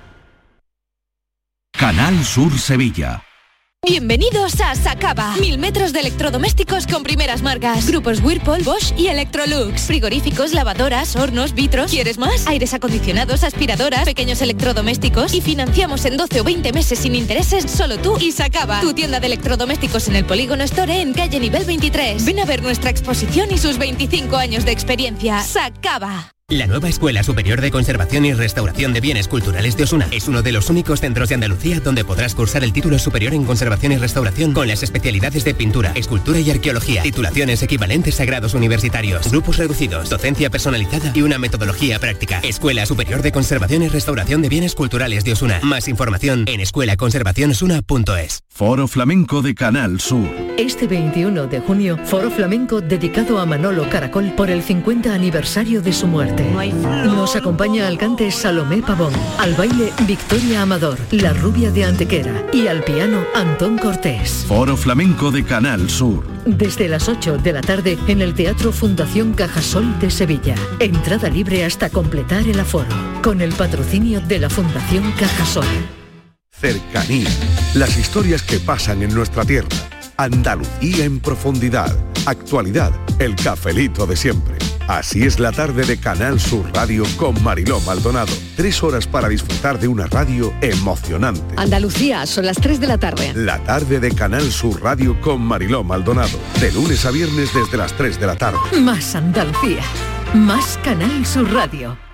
Canal Sur Sevilla.
Bienvenidos a Sacaba. 1000 metros de electrodomésticos con primeras marcas. Grupos Whirlpool, Bosch y Electrolux. Frigoríficos, lavadoras, hornos, vitros. ¿Quieres más? Aires acondicionados, aspiradoras, pequeños electrodomésticos. Y financiamos en 12 o 20 meses sin intereses, solo tú y Sacaba. Tu tienda de electrodomésticos en el Polígono Store, en calle nivel 23. Ven a ver nuestra exposición y sus 25 años de experiencia. Sacaba.
La nueva Escuela Superior de Conservación y Restauración de Bienes Culturales de Osuna es uno de los únicos centros de Andalucía donde podrás cursar el título superior en conservación y restauración con las especialidades de pintura, escultura y arqueología, titulaciones equivalentes a grados universitarios, grupos reducidos, docencia personalizada y una metodología práctica. Escuela Superior de Conservación y Restauración de Bienes Culturales de Osuna. Más información en escuelaconservacionosuna.es.
Foro Flamenco de Canal Sur.
Este 21 de junio, Foro Flamenco dedicado a Manolo Caracol por el 50 aniversario de su muerte. Nos acompaña al cante Salomé Pavón, al baile Victoria Amador, la rubia de Antequera y al piano Antón Cortés.
Foro Flamenco de Canal Sur.
Desde las 8 de la tarde en el Teatro Fundación Cajasol de Sevilla. Entrada libre hasta completar el aforo, con el patrocinio de la Fundación Cajasol.
Cercanía. Las historias que pasan en nuestra tierra. Andalucía en profundidad. Actualidad. El cafelito de siempre. Así es la tarde de Canal Sur Radio con Mariló Maldonado. 3 horas para disfrutar de una radio emocionante.
Andalucía, son las 3 de la tarde.
La tarde de Canal Sur Radio con Mariló Maldonado. De lunes a viernes desde las 3 de la tarde.
Más Andalucía. Más Canal Sur Radio.